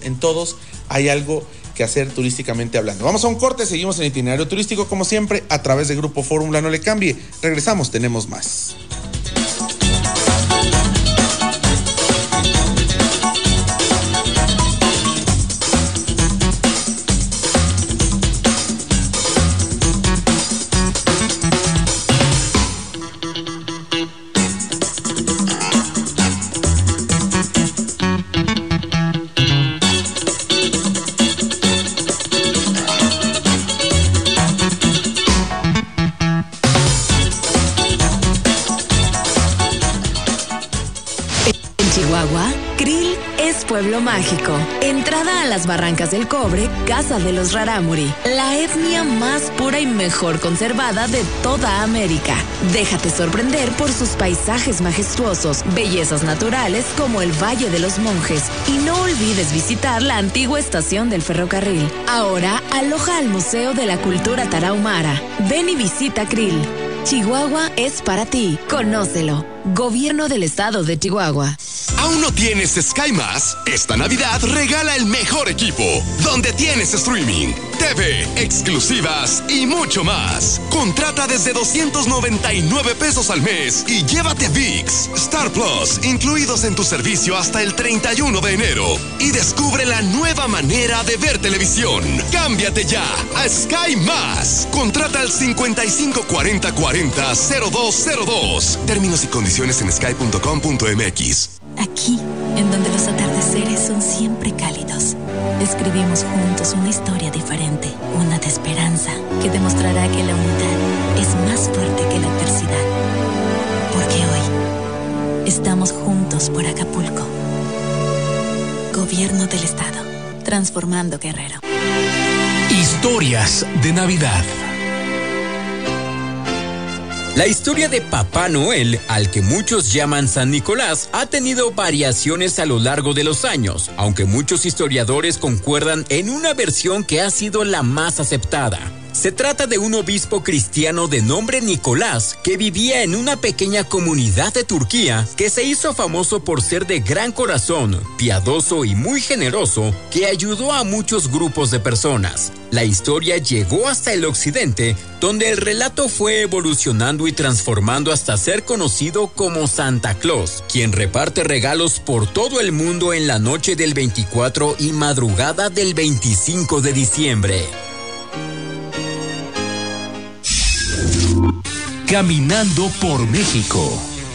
hay algo que hacer turísticamente hablando. Vamos a un corte, seguimos en Itinerario Turístico como siempre a través de Grupo Fórmula. No le cambie, regresamos, tenemos más. Pueblo mágico. Entrada a las Barrancas del Cobre, Casa de los Rarámuri, la etnia más pura y mejor conservada de toda América. Déjate sorprender por sus paisajes majestuosos, bellezas naturales como el Valle de los Monjes, y no olvides visitar la antigua estación del ferrocarril. Ahora aloja al Museo de la Cultura Tarahumara. Ven y visita Krill. Chihuahua es para ti. Conócelo. Gobierno del Estado de Chihuahua. ¿Aún no tienes Sky Más? Esta Navidad regala el mejor equipo, donde tienes streaming, TV, exclusivas y mucho más. Contrata desde 299 pesos al mes y llévate ViX, Star Plus, incluidos en tu servicio hasta el 31 de enero. Y descubre la nueva manera de ver televisión. Cámbiate ya a Sky Más. Contrata al 5540400202. Términos y condiciones en sky.com.mx. Aquí, en donde los atardeceres son siempre cálidos, escribimos juntos una historia diferente, una de esperanza, que demostrará que la unidad es más fuerte que la adversidad. Porque hoy estamos juntos por Acapulco. Gobierno del Estado. transformando Guerrero. Historias de Navidad. La historia de Papá Noel, al que muchos llaman San Nicolás, ha tenido variaciones a lo largo de los años, aunque muchos historiadores concuerdan en una versión que ha sido la más aceptada. Se trata de un obispo cristiano de nombre Nicolás que vivía en una pequeña comunidad de Turquía que se hizo famoso por ser de gran corazón, piadoso y muy generoso, que ayudó a muchos grupos de personas. La historia llegó hasta el occidente, donde el relato fue evolucionando y transformando hasta ser conocido como Santa Claus, quien reparte regalos por todo el mundo en la noche del 24 y madrugada del 25 de diciembre. Caminando por México.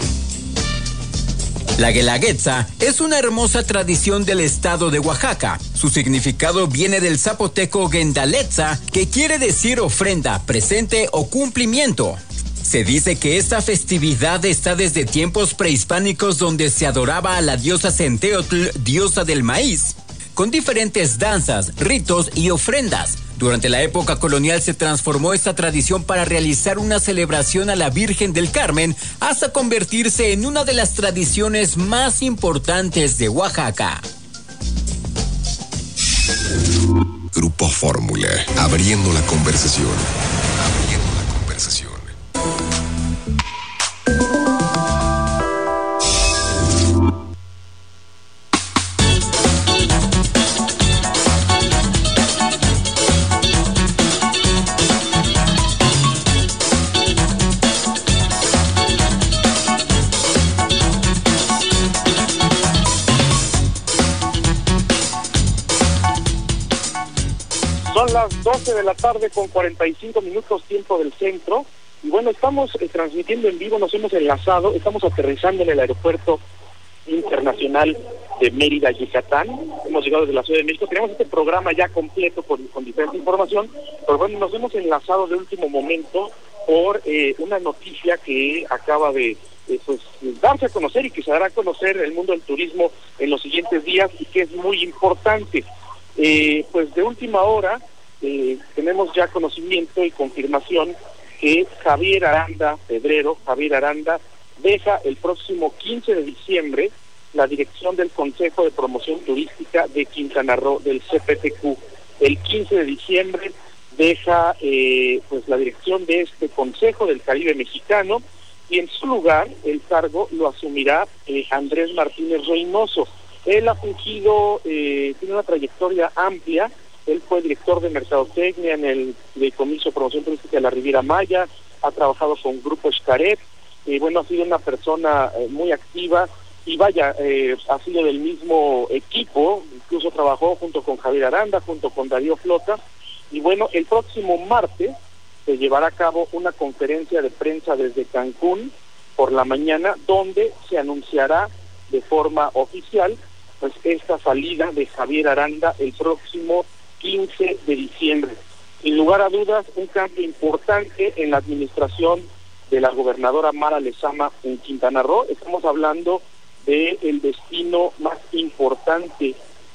La Guelaguetza es una hermosa tradición del estado de Oaxaca. Su significado viene del zapoteco Guendaletza, que quiere decir ofrenda, presente o cumplimiento. Se dice que esta festividad está desde tiempos prehispánicos, donde se adoraba a la diosa Centeotl, diosa del maíz, con diferentes danzas, ritos y ofrendas. Durante la época colonial se transformó esta tradición para realizar una celebración a la Virgen del Carmen, hasta convertirse en una de las tradiciones más importantes de Oaxaca. Grupo Fórmula, abriendo la conversación. Son las 12 de la tarde con 45 minutos tiempo del centro. Y bueno, estamos transmitiendo en vivo, nos hemos enlazado, estamos aterrizando en el aeropuerto internacional de Mérida, Yucatán. Hemos llegado desde la Ciudad de México, tenemos este programa ya completo con diferente información, pero bueno, nos hemos enlazado de último momento por una noticia que acaba de darse a conocer y que se dará a conocer en el mundo del turismo en los siguientes días y que es muy importante. Pues de última hora tenemos ya conocimiento y confirmación que Javier Aranda, Pedrero, Javier Aranda, deja el próximo 15 de diciembre la dirección del Consejo de Promoción Turística de Quintana Roo, del CPTQ. El 15 de diciembre deja pues la dirección de este Consejo del Caribe Mexicano, y en su lugar el cargo lo asumirá Andrés Martínez Reynoso. Él ha fungido, tiene una trayectoria amplia. Él fue director de Mercadotecnia en el Comiso de Promoción Turística de la Riviera Maya, ha trabajado con Grupo Xcaret, bueno, ha sido una persona muy activa y vaya, ha sido del mismo equipo, incluso trabajó junto con Javier Aranda, junto con Darío Flota, y bueno, el próximo martes se llevará a cabo una conferencia de prensa desde Cancún por la mañana, donde se anunciará de forma oficial pues esta salida de Javier Aranda el próximo 15 de diciembre. Sin lugar a dudas, un cambio importante en la administración de la gobernadora Mara Lezama en Quintana Roo. Estamos hablando del destino más importante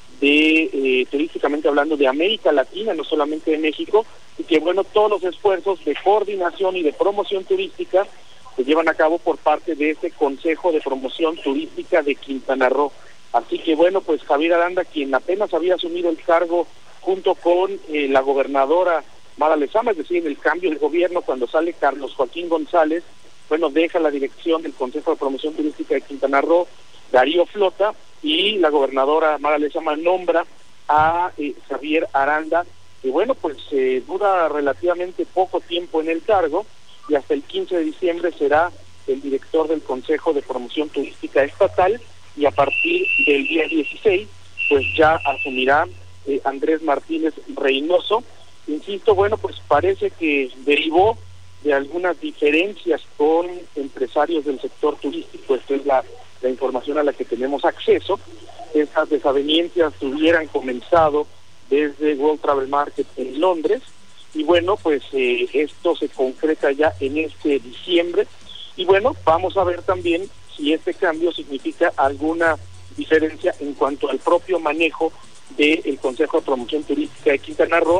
de turísticamente hablando de América Latina, no solamente de México, y que bueno, todos los esfuerzos de coordinación y de promoción turística se llevan a cabo por parte de este Consejo de Promoción Turística de Quintana Roo. Así que bueno, pues Javier Aranda, quien apenas había asumido el cargo junto con la gobernadora Mara Lezama, es decir, en el cambio de gobierno, cuando sale Carlos Joaquín González, bueno, deja la dirección del Consejo de Promoción Turística de Quintana Roo Darío Flota, y la gobernadora Mara Lezama nombra a Javier Aranda, que bueno, pues dura relativamente poco tiempo en el cargo, y hasta el 15 de diciembre será el director del Consejo de Promoción Turística Estatal, y a partir del día 16, pues ya asumirá Andrés Martínez Reynoso. Insisto, bueno, pues parece que derivó de algunas diferencias con empresarios del sector turístico. Esta es la información a la que tenemos acceso. Estas desavenencias hubieran comenzado desde World Travel Market en Londres, y bueno, pues esto se concreta ya en este diciembre, y bueno, vamos a ver también si este cambio significa alguna diferencia en cuanto al propio manejo del Consejo de Promoción Turística de Quintana Roo,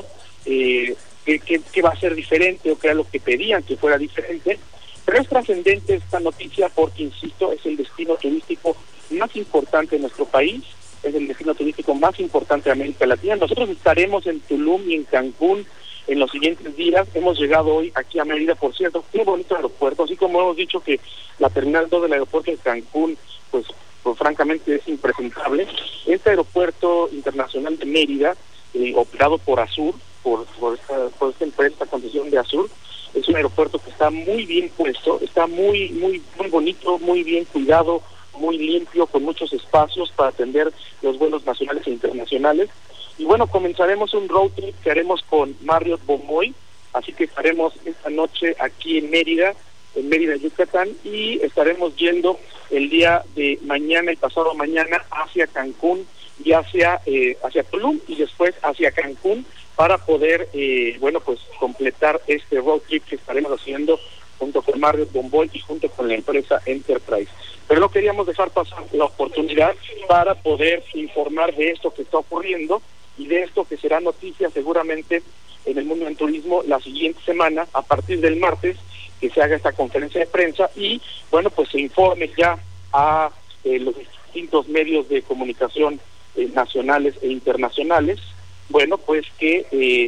qué va a ser diferente o qué era lo que pedían que fuera diferente. Pero es trascendente esta noticia porque, insisto, es el destino turístico más importante de nuestro país, es el destino turístico más importante de América Latina. Nosotros estaremos en Tulum y en Cancún en los siguientes días. Hemos llegado hoy aquí a Mérida, por cierto, qué bonito aeropuerto, así como hemos dicho que la Terminal 2 del aeropuerto de Cancún, pues francamente es impresentable. Este aeropuerto internacional de Mérida, operado por Azur, por esta empresa, esta concesión de Azur, es un aeropuerto que está muy bien puesto, está muy bonito, muy bien cuidado, muy limpio, con muchos espacios para atender los vuelos nacionales e internacionales. Y bueno, comenzaremos un road trip que haremos con Marriott Bonvoy, así que estaremos esta noche aquí en Mérida, Yucatán, y estaremos yendo el día de mañana y pasado mañana hacia Cancún y hacia Tulum y después hacia Cancún para poder, pues completar este road trip que estaremos haciendo junto con Marriott Bonvoy y junto con la empresa Enterprise. Pero no queríamos dejar pasar la oportunidad para poder informar de esto que está ocurriendo y de esto que será noticia seguramente en el mundo del turismo la siguiente semana, a partir del martes, que se haga esta conferencia de prensa y, bueno, pues se informe ya a los distintos medios de comunicación nacionales e internacionales, bueno, pues que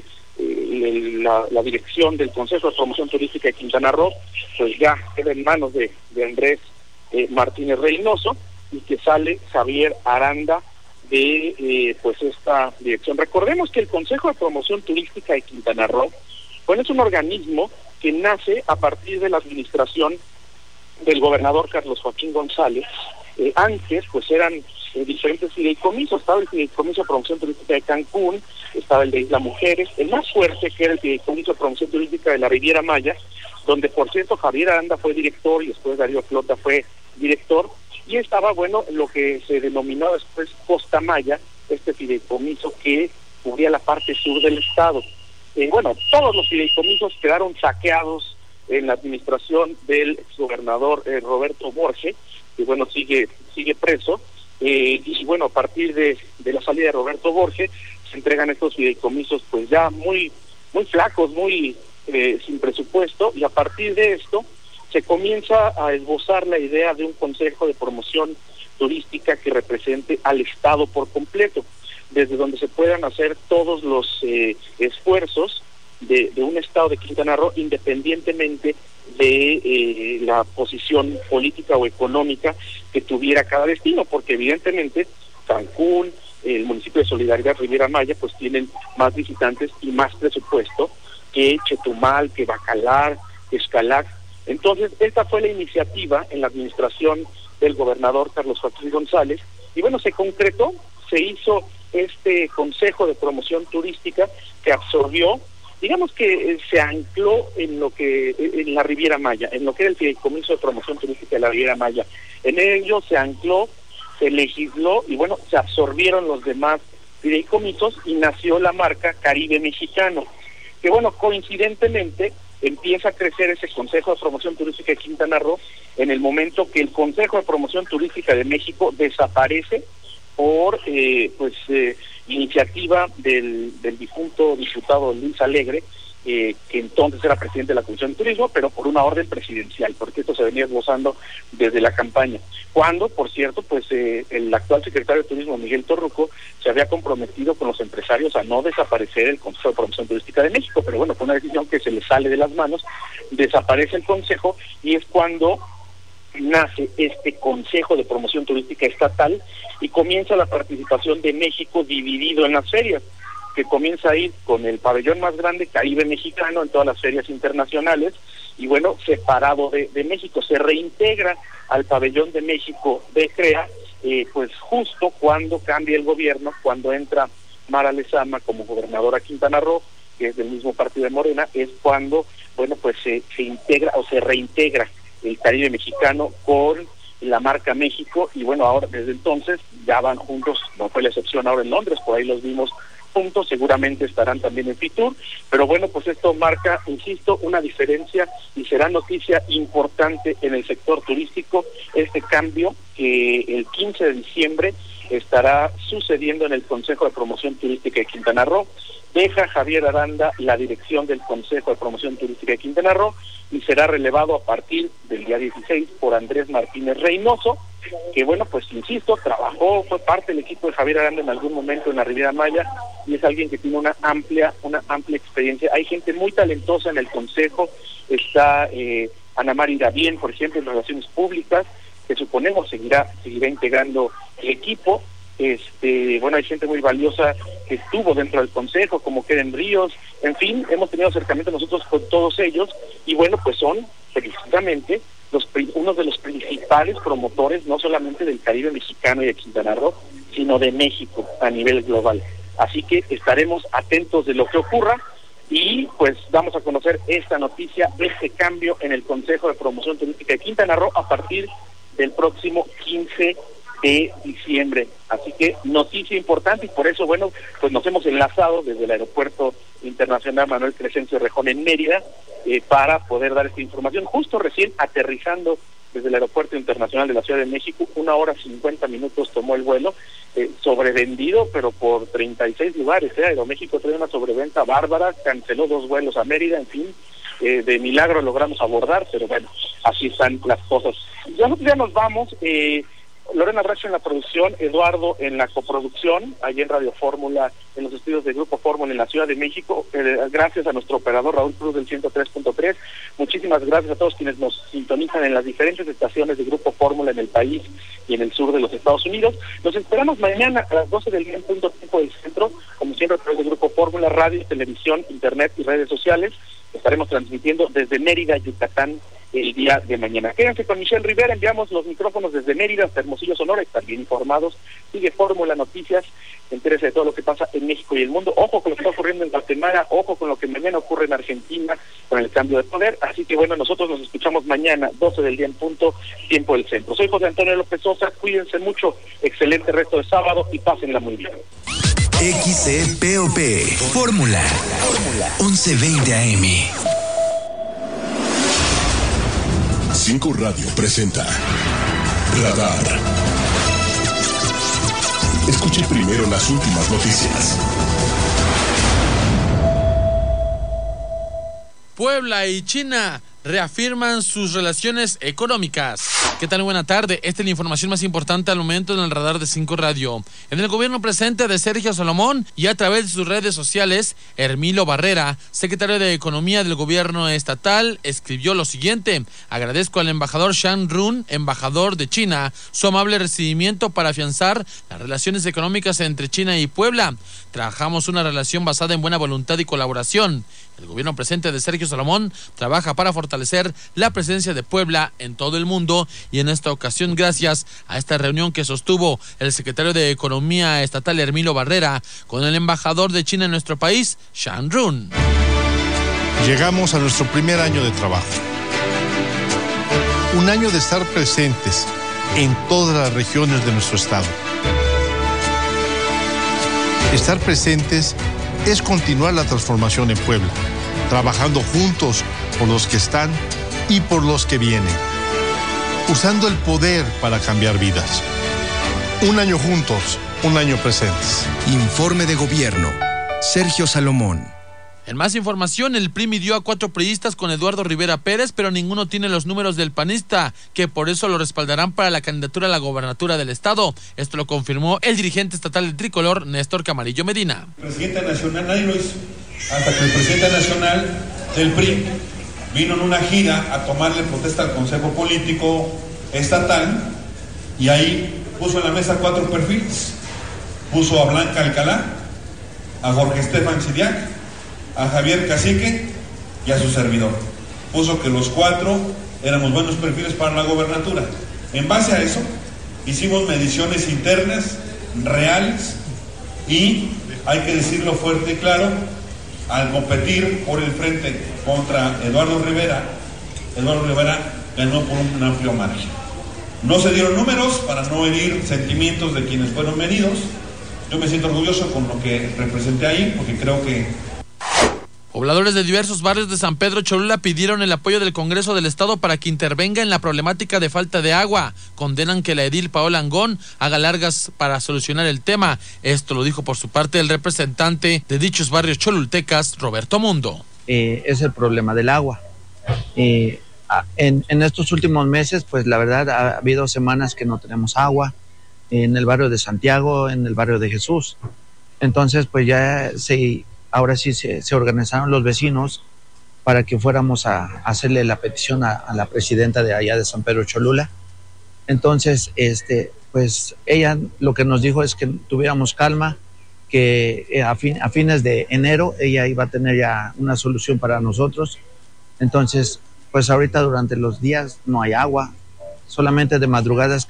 la dirección del Consejo de Promoción Turística de Quintana Roo, pues ya queda en manos de Andrés Martínez Reynoso, y que sale Javier Aranda de pues esta dirección. Recordemos que el Consejo de Promoción Turística de Quintana Roo, bueno, es un organismo que nace a partir de la administración del gobernador Carlos Joaquín González. Antes pues eran diferentes fideicomisos. Estaba el Fideicomiso de Promoción Turística de Cancún, estaba el de Isla Mujeres, el más fuerte, que era el Fideicomiso de Promoción Turística de la Riviera Maya, donde por cierto Javier Aranda fue director y después Darío Flota fue director, y estaba, bueno, lo que se denominó después Costa Maya, este fideicomiso que cubría la parte sur del estado. Bueno, todos los fideicomisos quedaron saqueados en la administración del exgobernador Roberto Borge, que bueno, sigue preso, y bueno, a partir de la salida de Roberto Borge, se entregan estos fideicomisos pues ya muy flacos, sin presupuesto, y a partir de esto se comienza a esbozar la idea de un consejo de promoción turística que represente al Estado por completo, desde donde se puedan hacer todos los esfuerzos de un Estado de Quintana Roo, independientemente de la posición política o económica que tuviera cada destino, porque evidentemente Cancún, el municipio de Solidaridad Riviera Maya, pues tienen más visitantes y más presupuesto que Chetumal, que Bacalar, que Xcalac. Entonces, esta fue la iniciativa en la administración del gobernador Carlos Joaquín González, y bueno, se concretó, se hizo este Consejo de Promoción Turística que absorbió, digamos que se ancló en la Riviera Maya, en lo que era el Fideicomiso de Promoción Turística de la Riviera Maya. En ello se ancló, se legisló y bueno, se absorbieron los demás fideicomisos y nació la marca Caribe Mexicano, que bueno, coincidentemente empieza a crecer ese Consejo de Promoción Turística de Quintana Roo en el momento que el Consejo de Promoción Turística de México desaparece por iniciativa del difunto diputado Luis Alegre, que entonces era presidente de la Comisión de Turismo, pero por una orden presidencial, porque esto se venía esbozando desde la campaña. Cuando, por cierto, pues el actual secretario de Turismo, Miguel Torruco, se había comprometido con los empresarios a no desaparecer el Consejo de Promoción Turística de México, pero bueno, fue una decisión que se le sale de las manos, desaparece el Consejo, y es cuando nace este Consejo de Promoción Turística Estatal y comienza la participación de México dividido en las ferias, que comienza a ir con el pabellón más grande, Caribe Mexicano, en todas las ferias internacionales, y bueno, separado de México, se reintegra al pabellón de México de CREA, pues justo cuando cambia el gobierno, cuando entra Mara Lezama como gobernadora a Quintana Roo, que es del mismo partido de Morena, es cuando, bueno, pues se integra o se reintegra el Caribe Mexicano con la marca México, y bueno, ahora desde entonces ya van juntos, no fue la excepción ahora en Londres, por ahí los vimos juntos, seguramente estarán también en Fitur, pero bueno, pues esto marca, insisto, una diferencia y será noticia importante en el sector turístico, este cambio que el 15 de diciembre estará sucediendo en el Consejo de Promoción Turística de Quintana Roo. Deja Javier Aranda la dirección del Consejo de Promoción Turística de Quintana Roo y será relevado a partir del día 16 por Andrés Martínez Reynoso, que bueno, pues insisto, fue parte del equipo de Javier Aranda en algún momento en la Riviera Maya y es alguien que tiene una amplia experiencia. Hay gente muy talentosa en el Consejo, está Ana Mari Davien, por ejemplo, en Relaciones Públicas, que suponemos seguirá integrando el equipo. Bueno, hay gente muy valiosa que estuvo dentro del Consejo, como Keren Ríos, en fin, hemos tenido acercamiento nosotros con todos ellos, y bueno, pues son precisamente uno de los principales promotores, no solamente del Caribe mexicano y de Quintana Roo, sino de México a nivel global. Así que estaremos atentos de lo que ocurra, y pues vamos a conocer esta noticia, este cambio en el Consejo de Promoción Turística de Quintana Roo a partir del próximo 15 de diciembre. Así que noticia importante, y por eso, bueno, pues nos hemos enlazado desde el Aeropuerto Internacional Manuel Crescencio Rejón en Mérida para poder dar esta información. Justo recién aterrizando desde el Aeropuerto Internacional de la Ciudad de México, 1 hora 50 minutos tomó el vuelo, sobrevendido, pero por 36 lugares. Aeroméxico trae una sobreventa bárbara, canceló 2 vuelos a Mérida, en fin, de milagro logramos abordar, pero bueno, así están las cosas. Ya nos vamos. Lorena Bracho en la producción, Eduardo en la coproducción, allí en Radio Fórmula, en los estudios de Grupo Fórmula en la Ciudad de México. Gracias a nuestro operador Raúl Cruz del 103.3. Muchísimas gracias a todos quienes nos sintonizan en las diferentes estaciones de Grupo Fórmula en el país y en el sur de los Estados Unidos. Nos esperamos mañana a las 12 del día en punto tiempo del centro, como siempre a través de Grupo Fórmula, radio, televisión, internet y redes sociales. Estaremos transmitiendo desde Mérida, Yucatán, el día de mañana. Quédense con Michelle Rivera, enviamos los micrófonos desde Mérida hasta Hermosillo, Sonora, están bien informados. Sigue Fórmula Noticias, entérese de todo lo que pasa en México y el mundo. Ojo con lo que está ocurriendo en Guatemala, ojo con lo que mañana ocurre en Argentina con el cambio de poder. Así que bueno, nosotros nos escuchamos mañana, 12 del día en punto, tiempo del centro. Soy José Antonio López Sosa, cuídense mucho, excelente resto de sábado y pásenla muy bien. XCPOP, Fórmula 1120 AM. 5 Radio presenta Radar. Escuche primero las últimas noticias. Puebla y China reafirman sus relaciones económicas. ¿Qué tal? Buena tarde. Esta es la información más importante al momento en el radar de 5 Radio. En el gobierno presente de Sergio Salomón y a través de sus redes sociales, Hermilo Barrera, secretario de Economía del gobierno estatal, escribió lo siguiente: agradezco al embajador Shang Run, embajador de China, su amable recibimiento para afianzar las relaciones económicas entre China y Puebla. Trabajamos una relación basada en buena voluntad y colaboración. El gobierno presente de Sergio Salomón trabaja para fortalecer la presencia de Puebla en todo el mundo, y en esta ocasión, gracias a esta reunión que sostuvo el secretario de Economía estatal Hermilo Barrera con el embajador de China en nuestro país, Shang Run. Llegamos a nuestro primer año de trabajo. Un año de estar presentes en todas las regiones de nuestro estado. Estar presentes es continuar la transformación en Puebla, trabajando juntos por los que están y por los que vienen, usando el poder para cambiar vidas. Un año juntos, un año presentes. Informe de Gobierno, Sergio Salomón. En más información, el PRI midió a 4 priistas con Eduardo Rivera Pérez, pero ninguno tiene los números del panista, que por eso lo respaldarán para la candidatura a la gobernatura del estado. Esto lo confirmó el dirigente estatal del tricolor, Néstor Camarillo Medina. El presidente nacional nadie lo hizo, hasta que el presidente nacional del PRI vino en una gira a tomarle protesta al Consejo Político Estatal, y ahí puso en la mesa 4 perfiles. Puso a Blanca Alcalá, a Jorge Estefan Sidiac, a Javier Cacique y a su servidor. Puso que los 4 éramos buenos perfiles para la gobernatura. En base a eso, hicimos mediciones internas, reales, y hay que decirlo fuerte y claro, al competir por el frente contra Eduardo Rivera ganó por un amplio margen. No se dieron números para no herir sentimientos de quienes fueron medidos. Yo me siento orgulloso con lo que representé ahí, porque creo que... Pobladores de diversos barrios de San Pedro Cholula pidieron el apoyo del Congreso del Estado para que intervenga en la problemática de falta de agua. Condenan que la edil Paola Angón haga largas para solucionar el tema. Esto lo dijo por su parte el representante de dichos barrios cholultecas, Roberto Mundo. Es el problema del agua. En estos últimos meses, pues la verdad ha habido semanas que no tenemos agua, en el barrio de Santiago, en el barrio de Jesús. Entonces, pues ya ahora sí se organizaron los vecinos para que fuéramos a hacerle la petición a la presidenta de allá de San Pedro Cholula. Entonces, pues ella lo que nos dijo es que tuviéramos calma, que a fines de enero ella iba a tener ya una solución para nosotros. Entonces, pues ahorita durante los días no hay agua, solamente de madrugadas